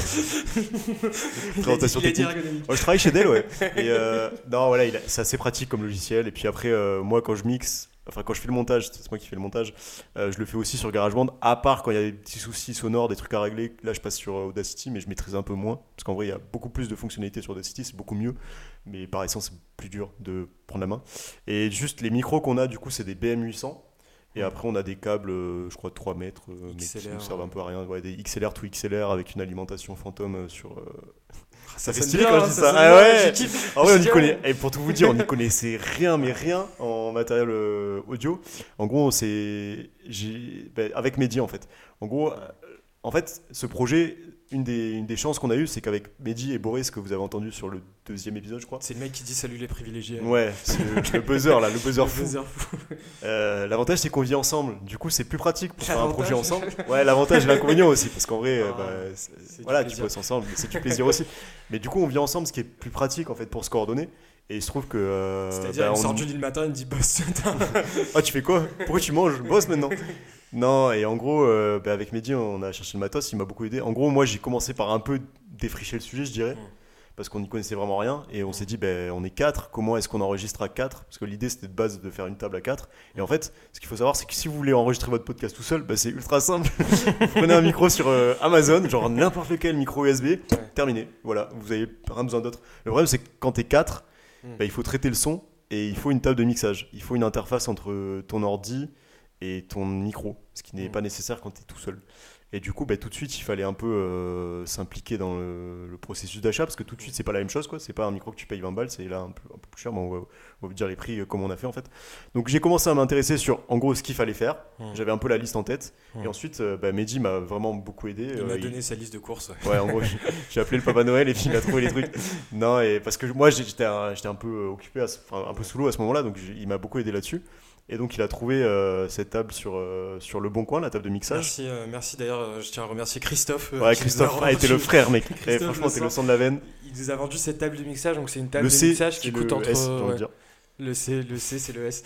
Présentation Il a dit technique. ergonomique. Moi, je travaille chez Dell, ouais. Et euh, non, voilà, il a- c'est assez pratique comme logiciel. Et puis après, euh, moi, quand je mixe, enfin, quand je fais le montage, c'est moi qui fais le montage, euh, je le fais aussi sur GarageBand. À part quand il y a des petits soucis sonores, des trucs à régler. Là, je passe sur euh, Audacity, mais je maîtrise un peu moins. Parce qu'en vrai, il y a beaucoup plus de fonctionnalités sur Audacity, c'est beaucoup mieux. Mais par essence, c'est plus dur de prendre la main. Et juste, les micros qu'on a, du coup, c'est des B M huit cents. Et après, on a des câbles, euh, je crois, de trois mètres, euh, mais qui X L R, nous servent ouais. un peu à rien. Ouais, des X L R, tout X L R avec une alimentation fantôme euh, sur. euh, Ça fait sonne stylé bien, quand je hein, dis ça ça. sonne Ah bien, ouais. je kiffe. En vrai, on y Je connaît. dirais- Et pour tout vous dire, on n'y connaissait rien, mais rien en matériel euh, audio. En gros, c'est j'ai ben, avec Mehdi en fait. En gros, euh, en fait, ce projet, une des, une des chances qu'on a eues, c'est qu'avec Mehdi et Boris, que vous avez entendu sur le deuxième épisode, je crois. C'est le mec qui dit salut les privilégiés. Ouais, c'est le, le buzzer là, le buzzer Le fou. buzzer fou. Euh, l'avantage, c'est qu'on vit ensemble. Du coup, c'est plus pratique pour faire un projet L'avantage. ensemble. Ouais, l'avantage et l'inconvénient aussi, parce qu'en vrai, euh, Ah, bah, c'est- c'est du voilà, tu plaisir. bosses ensemble, mais c'est du plaisir aussi. Mais du coup, on vit ensemble, ce qui est plus pratique en fait pour se coordonner. Et il se trouve que. euh, C'est-à-dire, bah, il on- sort du lit le matin, il me dit boss. Ah, tu fais quoi? Pourquoi tu manges? Bosse maintenant. Non, et en gros, euh, bah, avec Mehdi, on a cherché le matos, il m'a beaucoup aidé. En gros, moi, j'ai commencé par un peu défricher le sujet, je dirais. Mm. parce qu'on n'y connaissait vraiment rien et on s'est dit ben on est quatre, comment est-ce qu'on enregistre à quatre, parce que l'idée c'était de base de faire une table à quatre et en fait ce qu'il faut savoir c'est que si vous voulez enregistrer votre podcast tout seul, ben, c'est ultra simple. Vous prenez un micro sur euh, Amazon, genre n'importe lequel micro U S B, ouais. terminé, voilà, vous avez rien besoin d'autre. Le problème c'est que quand t'es quatre, mm. ben, il faut traiter le son et il faut une table de mixage, il faut une interface entre ton ordi et ton micro, ce qui n'est mm. pas nécessaire quand t'es tout seul. Et du coup, bah, tout de suite, il fallait un peu euh, s'impliquer dans le, le processus d'achat parce que tout de suite, c'est pas la même chose, quoi. C'est pas un micro que tu payes vingt balles, c'est là un peu, un peu plus cher. Bon, on, va, on va vous dire les prix euh, comme on a fait en fait. Donc, j'ai commencé à m'intéresser sur en gros ce qu'il fallait faire. Mmh. J'avais un peu la liste en tête. Mmh. Et ensuite, euh, bah, Mehdi m'a vraiment beaucoup aidé. Il euh, m'a il... donné sa liste de courses. Ouais, en gros, j'ai, j'ai appelé le Papa Noël et puis il a trouvé les trucs. Non, et parce que moi, j'étais un, j'étais un peu occupé, à ce, enfin, un peu sous l'eau à ce moment-là, donc il m'a beaucoup aidé là-dessus. Et donc il a trouvé euh, cette table sur, euh, sur le Bon Coin, la table de mixage. Merci, euh, merci d'ailleurs, euh, je tiens à remercier Christophe. Euh, ouais, Christophe a été le frère, mec. Et franchement, t'es le sang de la veine. Il nous a vendu cette table de mixage, donc c'est une table le de C, mixage qui coûte le entre. S, j'ai envie ouais, de dire. Le C, le C, c'est le S.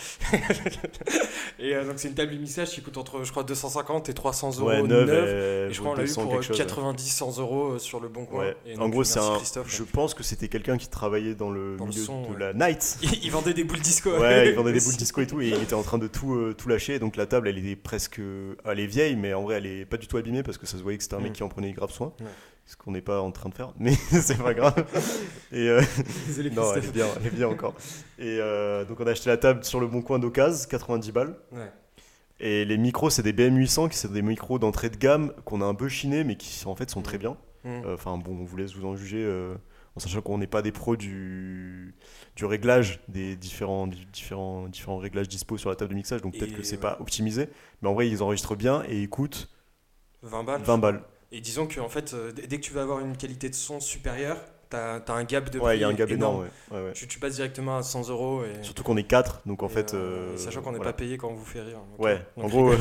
Et euh, donc c'est une table de mixage qui coûte entre, je crois, deux cent cinquante et trois cents euros. Ouais, neuf. Et, et je crois qu'on l'a eu pour quatre-vingt-dix à cent euros sur le Bon Coin. Ouais. Et en gros, c'est un. Christophe, je pense que c'était quelqu'un qui travaillait dans le dans milieu le son, de ouais. la night. Il, il vendait des boules disco. Ouais, il vendait des boules disco et tout, et il était en train de tout, euh, tout lâcher. Donc la table, elle est presque, elle est vieille, mais en vrai, elle est pas du tout abîmée parce que ça se voyait que c'était un mec mm. qui en prenait grave soin. Ouais. Ce qu'on n'est pas en train de faire, mais c'est pas grave. Et euh... Désolé, non, elle est bien, elle est bien encore. Et euh, donc on a acheté la table sur le Bon Coin d'occasion, quatre-vingt-dix balles. Ouais. Et les micros, c'est des B M huit cents, qui sont des micros d'entrée de gamme qu'on a un peu chinés, mais qui en fait sont très bien. Enfin mmh. euh, bon, on vous laisse vous en juger, euh, en sachant qu'on n'est pas des pros du, du réglage des différents, différents, différents réglages dispo sur la table de mixage, donc peut-être et que c'est ouais. pas optimisé. Mais en vrai, ils enregistrent bien et ils coûtent vingt balles. vingt balles. Et disons que en fait, euh, dès que tu vas avoir une qualité de son supérieure, t'as, t'as un gap de prix ouais, il y a un gap énorme. énorme. Ouais. Ouais, ouais. Tu, tu passes directement à cent euros. Et... Surtout qu'on est quatre, donc en et fait. Euh, sachant qu'on n'est voilà. pas payé quand on vous fait rire. Donc, ouais, donc... en gros.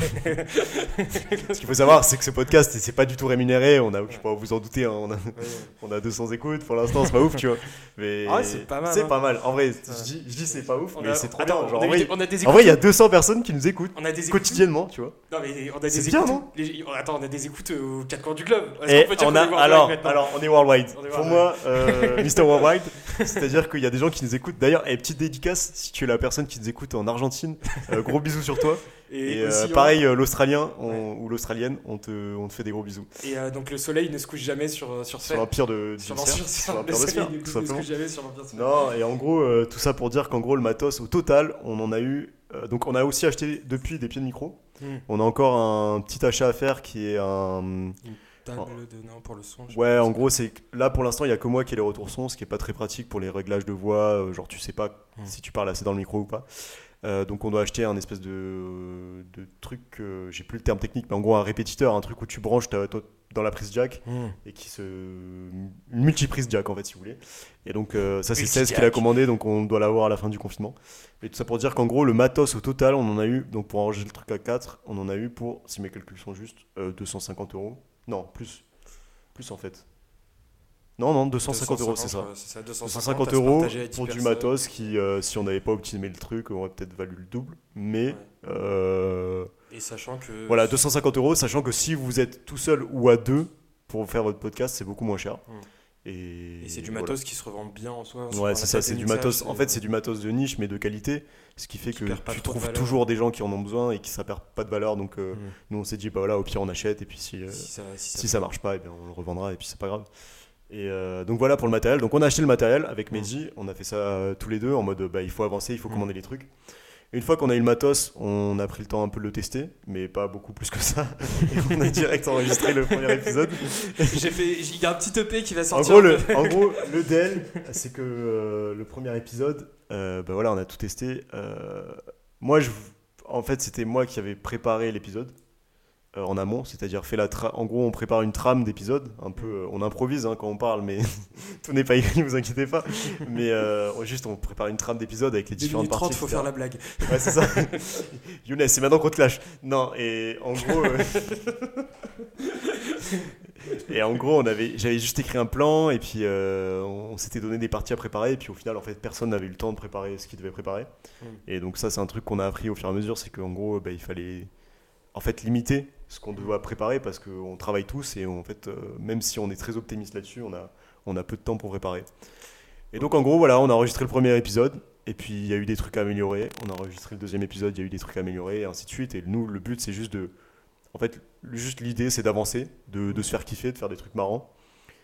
Ce qu'il faut savoir, c'est que ce podcast, c'est pas du tout rémunéré. On a, ouais. je sais pas, vous en doutez, hein, on, a, ouais, ouais. on a deux cents écoutes pour l'instant, c'est pas ouf, tu vois. Mais ah ouais, c'est pas mal. C'est hein. pas mal. En vrai, ouais. je, dis, je dis c'est pas ouf, on mais a... c'est trop Attends, bien. Genre, on, en vrai, on a des en vrai, il y a deux cents personnes qui nous écoutent on a des quotidiennement, tu vois. Non, mais on a des c'est écoutes. Bien, non les... Attends, on a des écoutes aux quatre coins du globe. Et on a, alors, alors, on est worldwide. Pour moi, Mister Worldwide, c'est-à-dire qu'il y a des gens qui nous écoutent. D'ailleurs, et petite dédicace, si tu es la personne qui nous écoute en Argentine, euh, gros bisous sur toi. Et, et aussi, euh, pareil, euh, l'Australien on, ouais. ou l'Australienne, on te, on te fait des gros bisous. Et euh, donc le soleil ne se couche jamais sur sur Sur l'empire de sur l'empire, sur l'empire de Sphère, tout simplement. Ne se couche jamais sur l'empire de Sphère. Non, et en gros, euh, tout ça pour dire qu'en gros, le matos, au total, on en a eu. Euh, donc, on a aussi acheté depuis des pieds de micro. Mm. On a encore un petit achat à faire qui est un. Une table de non pour le son. Ouais, en gros, c'est là pour l'instant, il y a que moi qui ai les retours son, ce qui est pas très pratique pour les réglages de voix. Euh, genre, tu sais pas mm. si tu parles assez dans le micro ou pas. Euh, donc on doit acheter un espèce de, de truc, euh, j'ai plus le terme technique, mais en gros un répétiteur, un truc où tu branches ta, ta, dans la prise jack mmh. et qui se... une multiprise jack en fait si vous voulez. Et donc euh, ça c'est seize qu'il a commandé, donc on doit l'avoir à la fin du confinement. Et tout ça pour dire qu'en gros le matos au total on en a eu, donc pour enregistrer le truc à quatre, on en a eu pour, si mes calculs sont justes, euh, deux cent cinquante euros. Non, plus, plus en fait. Non, non, deux cent cinquante euros, c'est ça. Ouais, c'est ça deux cent cinquante euros pour du matos qui, euh, si on n'avait pas optimisé le truc, aurait peut-être valu le double. Mais. Ouais. Euh, et sachant que. Voilà, deux cent cinquante euros, sachant que si vous êtes tout seul ou à deux pour faire votre podcast, c'est beaucoup moins cher. Hum. Et, et c'est du matos voilà. qui se revend bien en soi. Ouais, c'est ça, c'est du matos. En fait, c'est du matos de niche, mais de qualité. Ce qui fait qui que tu trouves toujours des gens qui en ont besoin et qui ça perd pas de valeur. Donc, euh, mmh. nous, on s'est dit, bah voilà, au pire, on achète. Et puis, si, euh, si, ça, si, ça, si ça marche pas, et bien, on le revendra. Et puis, c'est pas grave. Et euh, donc voilà pour le matériel. Donc on a acheté le matériel avec Mehdi, on a fait ça euh, tous les deux en mode bah, il faut avancer, il faut commander les trucs. Et une fois qu'on a eu le matos, on a pris le temps un peu de le tester, mais pas beaucoup plus que ça. Et on a direct enregistré le premier épisode. J'ai fait, il y a un petit E P qui va sortir. En gros, le, en gros, le D L, c'est que euh, le premier épisode, euh, bah voilà, on a tout testé. Euh, moi, je, en fait, c'était moi qui avais préparé l'épisode. Euh, en amont, c'est-à-dire fait la tra- en gros on prépare une trame d'épisode, un peu, euh, on improvise hein, quand on parle, mais tout n'est pas écrit, vous inquiétez pas, mais euh, juste on prépare une trame d'épisode avec les différentes parties. deux minutes trente, il faut faire la blague. Ouais, c'est ça. Younes, c'est maintenant qu'on te lâche. Non, et en gros, euh... et en gros, on avait, j'avais juste écrit un plan et puis euh, on, on s'était donné des parties à préparer et puis au final, en fait, personne n'avait eu le temps de préparer ce qu'il devait préparer. Mm. Et donc ça, c'est un truc qu'on a appris au fur et à mesure, c'est qu'en gros, bah, il fallait en fait limiter ce qu'on doit préparer parce qu'on travaille tous et en fait, euh, même si on est très optimiste là-dessus, on a, on a peu de temps pour préparer. Et donc en gros, voilà, on a enregistré le premier épisode, et puis il y a eu des trucs à améliorer. On a enregistré le deuxième épisode, il y a eu des trucs à améliorer, et ainsi de suite. Et nous, le but, c'est juste de... En fait, juste l'idée, c'est d'avancer, de, de se faire kiffer, de faire des trucs marrants,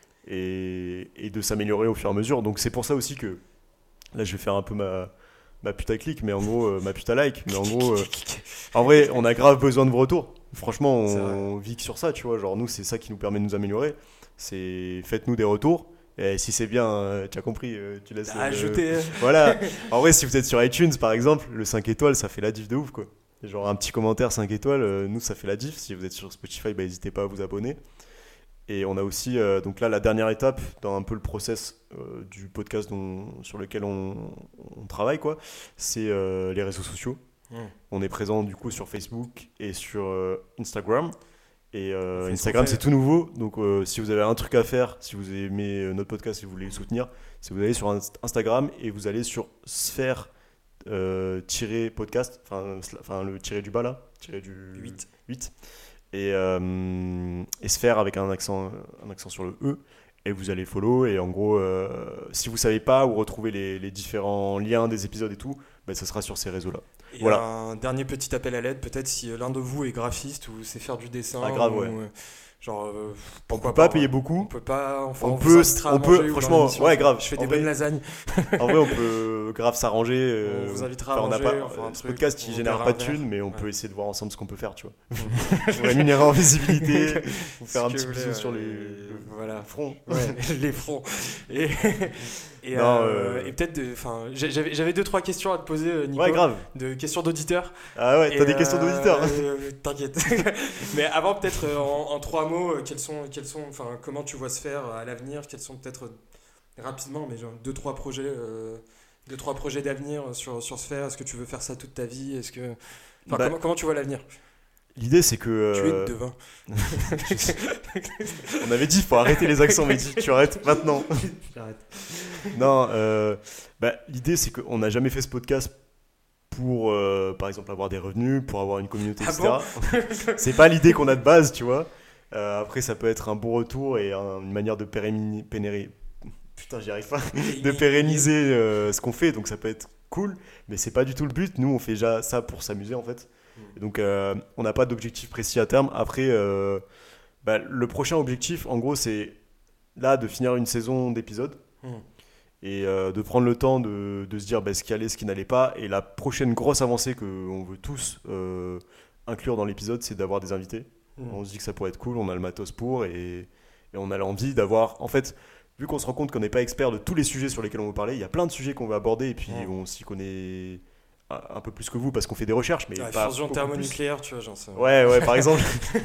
et, et de s'améliorer au fur et à mesure. Donc c'est pour ça aussi que... Là, je vais faire un peu ma, ma putaclic, mais en gros, euh, ma puta-like. Mais en gros, euh, en vrai, on a grave besoin de vos retours. Franchement, on, on vit que sur ça, tu vois. Genre, nous, c'est ça qui nous permet de nous améliorer. C'est faites-nous des retours. Et si c'est bien, euh, tu as compris, euh, tu laisses. Ajouter. Euh, voilà. En vrai, si vous êtes sur iTunes, par exemple, le cinq étoiles, ça fait la diff de ouf, quoi. Et genre, un petit commentaire cinq étoiles, euh, nous, ça fait la diff. Si vous êtes sur Spotify, bah, n'hésitez pas à vous abonner. Et on a aussi, euh, donc là, la dernière étape dans un peu le process euh, du podcast dont, sur lequel on, on travaille, quoi, c'est euh, les réseaux sociaux. Mmh. On est présent du coup sur Facebook et sur euh, Instagram. Et euh, Instagram, c'est tout nouveau. Donc, euh, si vous avez un truc à faire, si vous aimez euh, notre podcast et vous voulez le soutenir, c'est vous allez sur Instagram et vous allez sur sphère euh, tirer podcast, enfin le tirer du bas là, tirer du huit. huit. Et, euh, et sphère avec un accent, un accent sur le E. Et vous allez follow. Et en gros, euh, si vous ne savez pas où retrouver les, les différents liens des épisodes et tout, bah, ça sera sur ces réseaux-là. Et voilà. Un dernier petit appel à l'aide, peut-être si l'un de vous est graphiste ou sait faire du dessin. Ah, grave, ou, ouais. euh, genre, euh, on peut pas payer beaucoup. On peut pas. Enfin, on, on peut, on peut. Franchement, ouais, grave. Je fais des en bonnes vrai, lasagnes. En vrai, on peut grave s'arranger. Euh, on vous invitera à on manger. n'a pas enfin, un ce truc, podcast qui génère pas de thunes, mais on ouais. peut essayer de voir ensemble ce qu'on peut faire, tu vois. Vous rémunérer en visibilité, vous faire un petit bisou sur les voilà. fronts. Ouais, les fronts. Et, et, non, euh, euh... et peut-être, enfin, j'avais, j'avais deux trois questions à te poser, Nico. Ouais, grave. De questions d'auditeurs. Ah ouais, t'as et des euh, questions d'auditeurs. Euh, T'inquiète. Mais avant, peut-être euh, en, en trois mots, quels sont, quels sont, enfin, comment tu vois se faire à l'avenir? Quels sont peut-être euh, rapidement, mais genre deux trois projets, euh, deux trois projets d'avenir sur sur Sphère. Est-ce que tu veux faire ça toute ta vie? Est-ce que, enfin, bah, comment comment tu vois l'avenir? L'idée, c'est que... Euh... Tu es devin. On avait dit, il faut arrêter les accents, mais dis, tu arrêtes maintenant. J'arrête. Non, euh, bah, l'idée, c'est qu'on n'a jamais fait ce podcast pour, euh, par exemple, avoir des revenus, pour avoir une communauté, ah et cetera. Bon c'est pas l'idée qu'on a de base, tu vois. Euh, après, ça peut être un bon retour et un, une manière de pérenniser... Pénéri... Putain, j'y arrive pas. de pérenniser euh, ce qu'on fait, donc ça peut être cool, mais c'est pas du tout le but. Nous, on fait déjà ça pour s'amuser, en fait. Et donc, euh, on n'a pas d'objectif précis à terme. Après, euh, bah, le prochain objectif, en gros, c'est là de finir une saison d'épisodes mmh. et euh, de prendre le temps de, de se dire bah, ce qui allait, ce qui n'allait pas. Et la prochaine grosse avancée qu'on veut tous euh, inclure dans l'épisode, c'est d'avoir des invités. Mmh. On se dit que ça pourrait être cool, on a le matos pour et, et on a l'envie d'avoir... En fait, vu qu'on se rend compte qu'on n'est pas expert de tous les sujets sur lesquels on veut parler, il y a plein de sujets qu'on veut aborder et puis mmh. on s'y connaît... un peu plus que vous parce qu'on fait des recherches mais ouais, pas fusion thermonucléaire tu vois genre ça... ouais ouais par exemple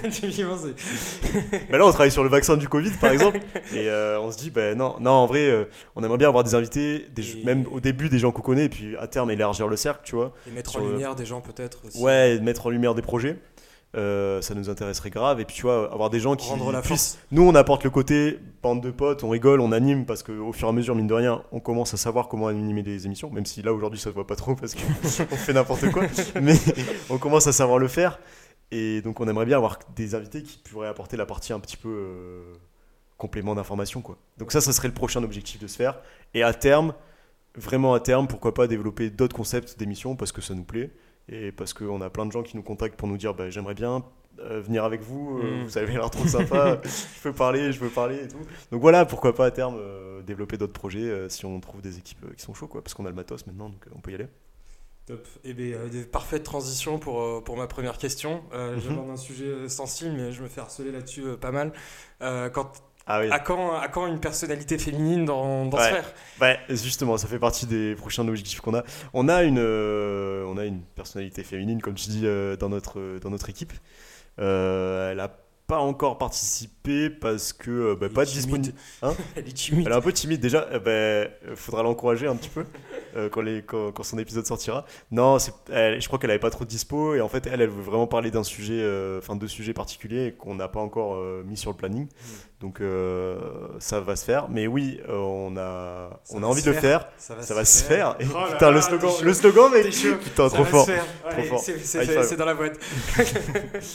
mais là on travaille sur le vaccin du Covid par exemple et euh, on se dit ben bah, non non en vrai euh, on aimerait bien avoir des invités des, et... même au début des gens qu'on connaît et puis à terme élargir le cercle tu vois et mettre en lumière le... des gens peut-être aussi. Ouais mettre en lumière des projets. Euh, ça nous intéresserait grave et puis tu vois avoir des gens qui rendre la puissent force. Nous on apporte le côté bande de potes on rigole on anime parce qu'au fur et à mesure mine de rien on commence à savoir comment animer des émissions même si là aujourd'hui ça se voit pas trop parce qu'on fait n'importe quoi mais on commence à savoir le faire et donc on aimerait bien avoir des invités qui pourraient apporter la partie un petit peu euh, complément d'information quoi. Donc ça ça serait le prochain objectif de se faire et à terme vraiment à terme pourquoi pas développer d'autres concepts d'émissions parce que ça nous plaît et parce qu'on a plein de gens qui nous contactent pour nous dire bah, j'aimerais bien euh, venir avec vous, euh, mmh. vous avez l'air trop sympa, je peux parler, je veux parler et tout. Donc voilà, pourquoi pas à terme euh, développer d'autres projets euh, si on trouve des équipes euh, qui sont chauds quoi, parce qu'on a le matos maintenant donc euh, on peut y aller. Top. Et bien, euh, parfaite transition pour, euh, pour ma première question. Euh, mmh. J'aborde un sujet sensible mais je me fais harceler là-dessus euh, pas mal. Euh, quand Ah oui. À quand, à quand une personnalité féminine dans, dans ouais. Sphère? Ouais, justement, ça fait partie des prochains objectifs qu'on a. On a une, euh, on a une personnalité féminine, comme tu dis, euh, dans, notre, dans notre équipe. Euh, elle n'a pas encore participé parce que euh, bah, pas disponible. Hein elle est timide. Elle est un peu timide déjà. Il euh, bah, faudra l'encourager un petit peu euh, quand, les, quand, quand son épisode sortira. Non, c'est, elle, je crois qu'elle n'avait pas trop de dispo et en fait, elle, elle veut vraiment parler d'un sujet, enfin euh, deux sujets particuliers qu'on n'a pas encore euh, mis sur le planning. Mmh. Donc euh, ça va se faire, mais oui, euh, on a, on a envie de le faire. Ça va, ça va se faire. faire. Oh putain, là, le slogan, le slogan, mec. Putain, trop fort. Trop fort. C'est, c'est, fait, c'est dans la boîte.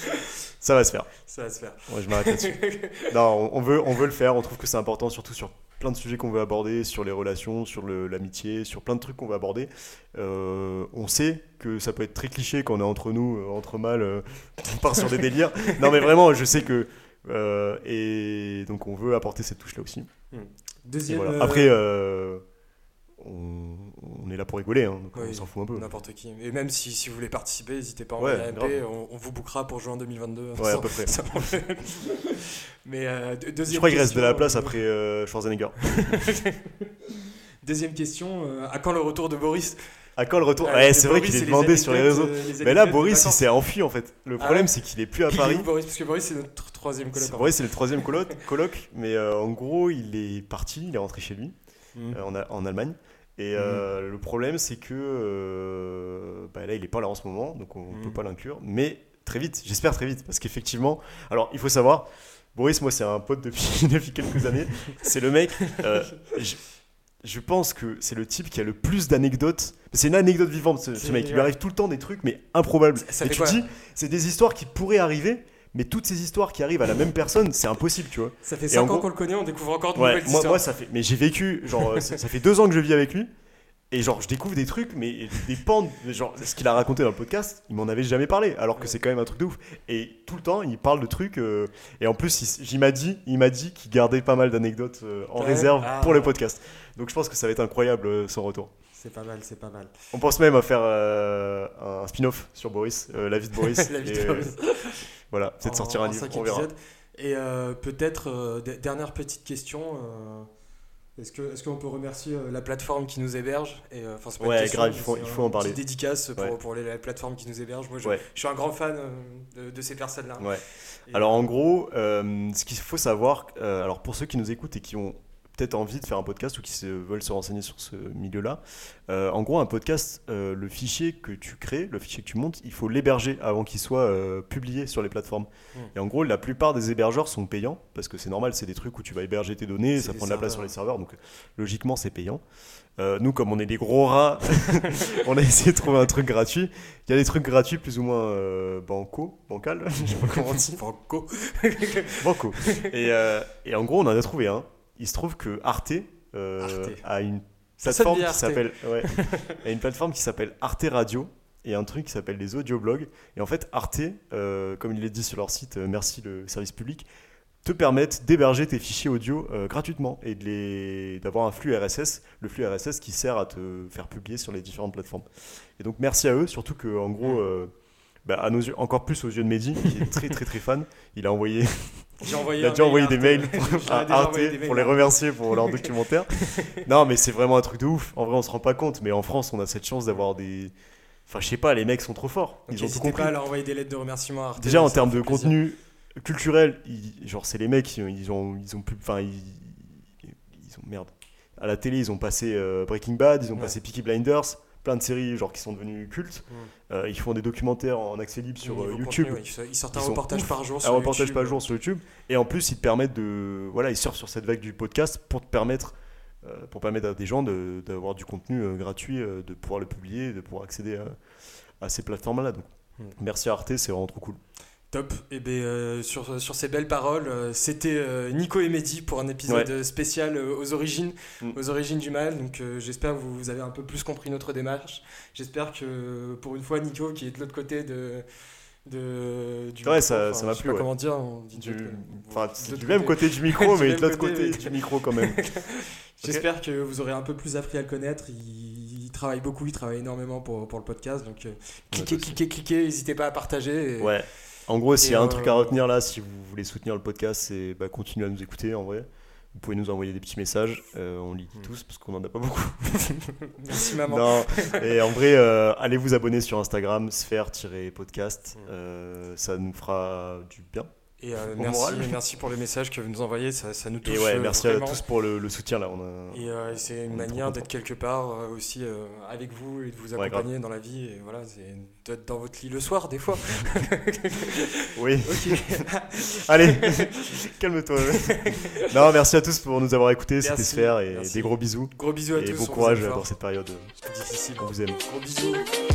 Ça va se faire. Ça va se faire. Ouais, je m'arrête là-dessus. Non, on veut, on veut le faire. On trouve que c'est important, surtout sur plein de sujets qu'on veut aborder, sur les relations, sur le, l'amitié, sur plein de trucs qu'on veut aborder. Euh, on sait que ça peut être très cliché quand on est entre nous, euh, entre mâles, euh, on part sur des délires. Non mais vraiment, je sais que... Euh, et donc on veut apporter cette touche-là aussi. Deuxième... Voilà. Après, euh, on, on est là pour rigoler, hein, donc oui, on s'en fout un peu. N'importe qui. Et même si, si vous voulez participer, n'hésitez pas à Ouais, envoyer un M P, on, on vous bookera pour juin deux mille vingt-deux. Ouais, sans, à peu près. sans Mais euh, deuxième Je crois qu'il reste de la question, place euh, après euh, Schwarzenegger. Deuxième question, euh, à quand le retour de Boris? À quand le retour? Ouais, Ouais, c'est vrai Boris, qu'il est c'est demandé les sur les réseaux. anecdotes, euh, les Mais là, anecdotes de Boris, il vacances. s'est enfui en fait. Le Ah problème, ouais c'est qu'il est plus à Il est Paris. où, Boris, parce que Boris, c'est notre troisième coloc. C'est- en Boris, c'est le troisième coloc, coloc mais euh, en gros, il est parti, il est rentré chez lui, fait. Mhm. euh, en, A- en Allemagne. Et euh, le problème, c'est que euh, bah, là, il est pas là en ce moment, donc on Mhm. peut pas l'inclure. Mais très vite, j'espère très vite, parce qu'effectivement, alors il faut savoir, Boris, moi, c'est un pote depuis, depuis quelques années. C'est le mec. euh, je, je pense que c'est le type qui a le plus d'anecdotes. C'est une anecdote vivante, ce, ce C'est- mec. Il lui ouais. arrive tout le temps des trucs, mais improbables. Ça- ça Et fait tu quoi te dis, c'est des histoires qui pourraient arriver, mais toutes ces histoires qui arrivent à la même personne, c'est impossible, tu vois. Ça fait Et cinq en ans gros- qu'on le connaît, on découvre encore de Ouais, nouvelles moi, histoires. moi, ça fait. Mais j'ai vécu, genre, euh, ça ça fait deux ans que je vis avec lui. Et genre, je découvre des trucs, mais des pans, genre, ce qu'il a raconté dans le podcast, il m'en avait jamais parlé, alors que Ouais. c'est quand même un truc de ouf. Et tout le temps, il parle de trucs, euh, et en plus, il, s- il m'a dit, il m'a dit qu'il gardait pas mal d'anecdotes euh, en Ouais. réserve Ah. pour le podcast. Donc je pense que ça va être incroyable euh, son retour. C'est pas mal, c'est pas mal. On pense même à faire euh, un spin-off sur Boris, euh, la vie de Boris. La vie et, de euh, Boris. Voilà, peut-être En- sortir un en livre, cinq on verra. épisodes. Et euh, peut-être, euh, d- dernière petite question. euh, Est-ce que, est-ce qu'on peut remercier euh, la plateforme qui nous héberge et, euh, enfin, c'est pas une Ouais, question, grave, il mais faut- c'est il un faut en parler. petit dédicace pour, Ouais. pour les, la plateforme qui nous héberge. Moi, je, Ouais. je suis un grand fan euh, de, de ces personnes-là. Ouais. Et, Alors euh, en gros, euh, ce qu'il faut savoir, euh, alors pour ceux qui nous écoutent et qui ont peut-être envie de faire un podcast ou qui se, veulent se renseigner sur ce milieu-là, euh, en gros un podcast, euh, le fichier que tu crées, le fichier que tu montes, il faut l'héberger avant qu'il soit euh, publié sur les plateformes. Mm. Et en gros, la plupart des hébergeurs sont payants, parce que c'est normal, c'est des trucs où tu vas héberger tes données, C'est ça des prend de la place sur serveurs. les serveurs, donc logiquement c'est payant. Euh, nous, comme on est des gros rats, on a essayé de trouver un truc gratuit. Il y a des trucs gratuits plus ou moins euh, banco, bancal, je sais pas comment on dit. Franco. Banco. Et, euh, et en gros, on en a trouvé un. Il se trouve que Arte, euh, Arte. a une Ça sonne plateforme bien, qui Arte. s'appelle ouais, a une plateforme qui s'appelle Arte Radio et un truc qui s'appelle les audioblogs. Et en fait, Arte, euh, comme il est dit sur leur site, euh, merci le service public, te permettent d'héberger tes fichiers audio euh, gratuitement et de les d'avoir un flux R S S, le flux R S S qui sert à te faire publier sur les différentes plateformes. Et donc merci à eux, surtout que en gros, euh, bah, à nos yeux, encore plus aux yeux de Mehdi, qui est très très très fan, il a envoyé J'ai envoyé il a un déjà mail envoyé à des Arte. mails J'ai à déjà Arte envoyé des mails pour à les Arte. remercier pour leur documentaire. Non, mais c'est vraiment un truc de ouf. En vrai, on se rend pas compte, mais en France, on a cette chance d'avoir des. Enfin, je sais pas, les mecs sont trop forts. Ils Donc, ont tout n'hésitez compris. pas à leur envoyer des lettres de remerciement à Arte. Déjà, en ça termes me fait de plaisir. contenu culturel, ils- genre, c'est les mecs, ils ont, ils ont plus. Enfin, ils, ils ont. Merde. À la télé, ils ont passé euh, Breaking Bad, ils ont Ouais. passé Peaky Blinders, plein de séries genre qui sont devenues cultes. Mm. Euh, ils font des documentaires en accès libre sur Niveau euh, contenu, YouTube. ouais, ils- Ils sortent un Ils sont reportage ouf. par jour Un sur reportage YouTube. par jour sur YouTube. Et en plus, ils te permettent de. Voilà, ils surfent sur cette vague du podcast pour te permettre, euh, pour permettre à des gens de- d'avoir du contenu euh, gratuit, euh, de pouvoir le publier, de pouvoir accéder à, à ces plateformes-là. Donc, Mm. merci à Arte, c'est vraiment trop cool. Top. Et ben euh, sur, sur ces belles paroles, euh, c'était euh, Nico et Mehdi pour un épisode Ouais. euh, spécial euh, aux origines, Mm. aux origines du mal. Donc euh, j'espère que vous, vous avez un peu plus compris notre démarche. J'espère que pour une fois Nico qui est de l'autre côté de de du Ouais, micro, ça- enfin, ça m'a je sais plu, pas ouais. comment dire, on dit de Du, l'autre- enfin, de c'est l'autre du même côté du micro, Du mais même de l'autre côté, côté mais- du micro quand même. J'espère que vous aurez un peu plus appris à le connaître. Il, il travaille beaucoup, il travaille énormément pour, pour le podcast. Donc euh, cliquez, Ouais, cliquez, cliquez, n'hésitez pas à partager. Et- Ouais. En gros, s'il y a Et, un truc à euh, retenir là, si vous voulez soutenir le podcast, c'est bah, continuer à nous écouter en vrai. Vous pouvez nous envoyer des petits messages, euh, on lit Mm. tous parce qu'on en a pas beaucoup. Merci maman. Non, et en vrai, euh, allez vous abonner sur Instagram, sphère-podcast, Mm. euh, ça nous fera du bien. Et euh, Au merci, moral. merci pour les messages que vous nous envoyez, ça, ça nous touche. Et ouais, euh, merci vraiment. à tous pour le, le soutien là. On a... Et euh, c'est une on est trop manière contents. d'être quelque part euh, aussi euh, avec vous et de vous Ouais, accompagner dans la vie. Et voilà, c'est d'être dans votre lit le soir des fois. Oui, Ok. allez, calme-toi. Non, merci à tous pour nous avoir écoutés, c'était Merci, Sphère et merci. des gros bisous. Gros bisous à Et tous. bon on vous courage aime fort. dans cette période Difficile. on vous aime. Gros bisous.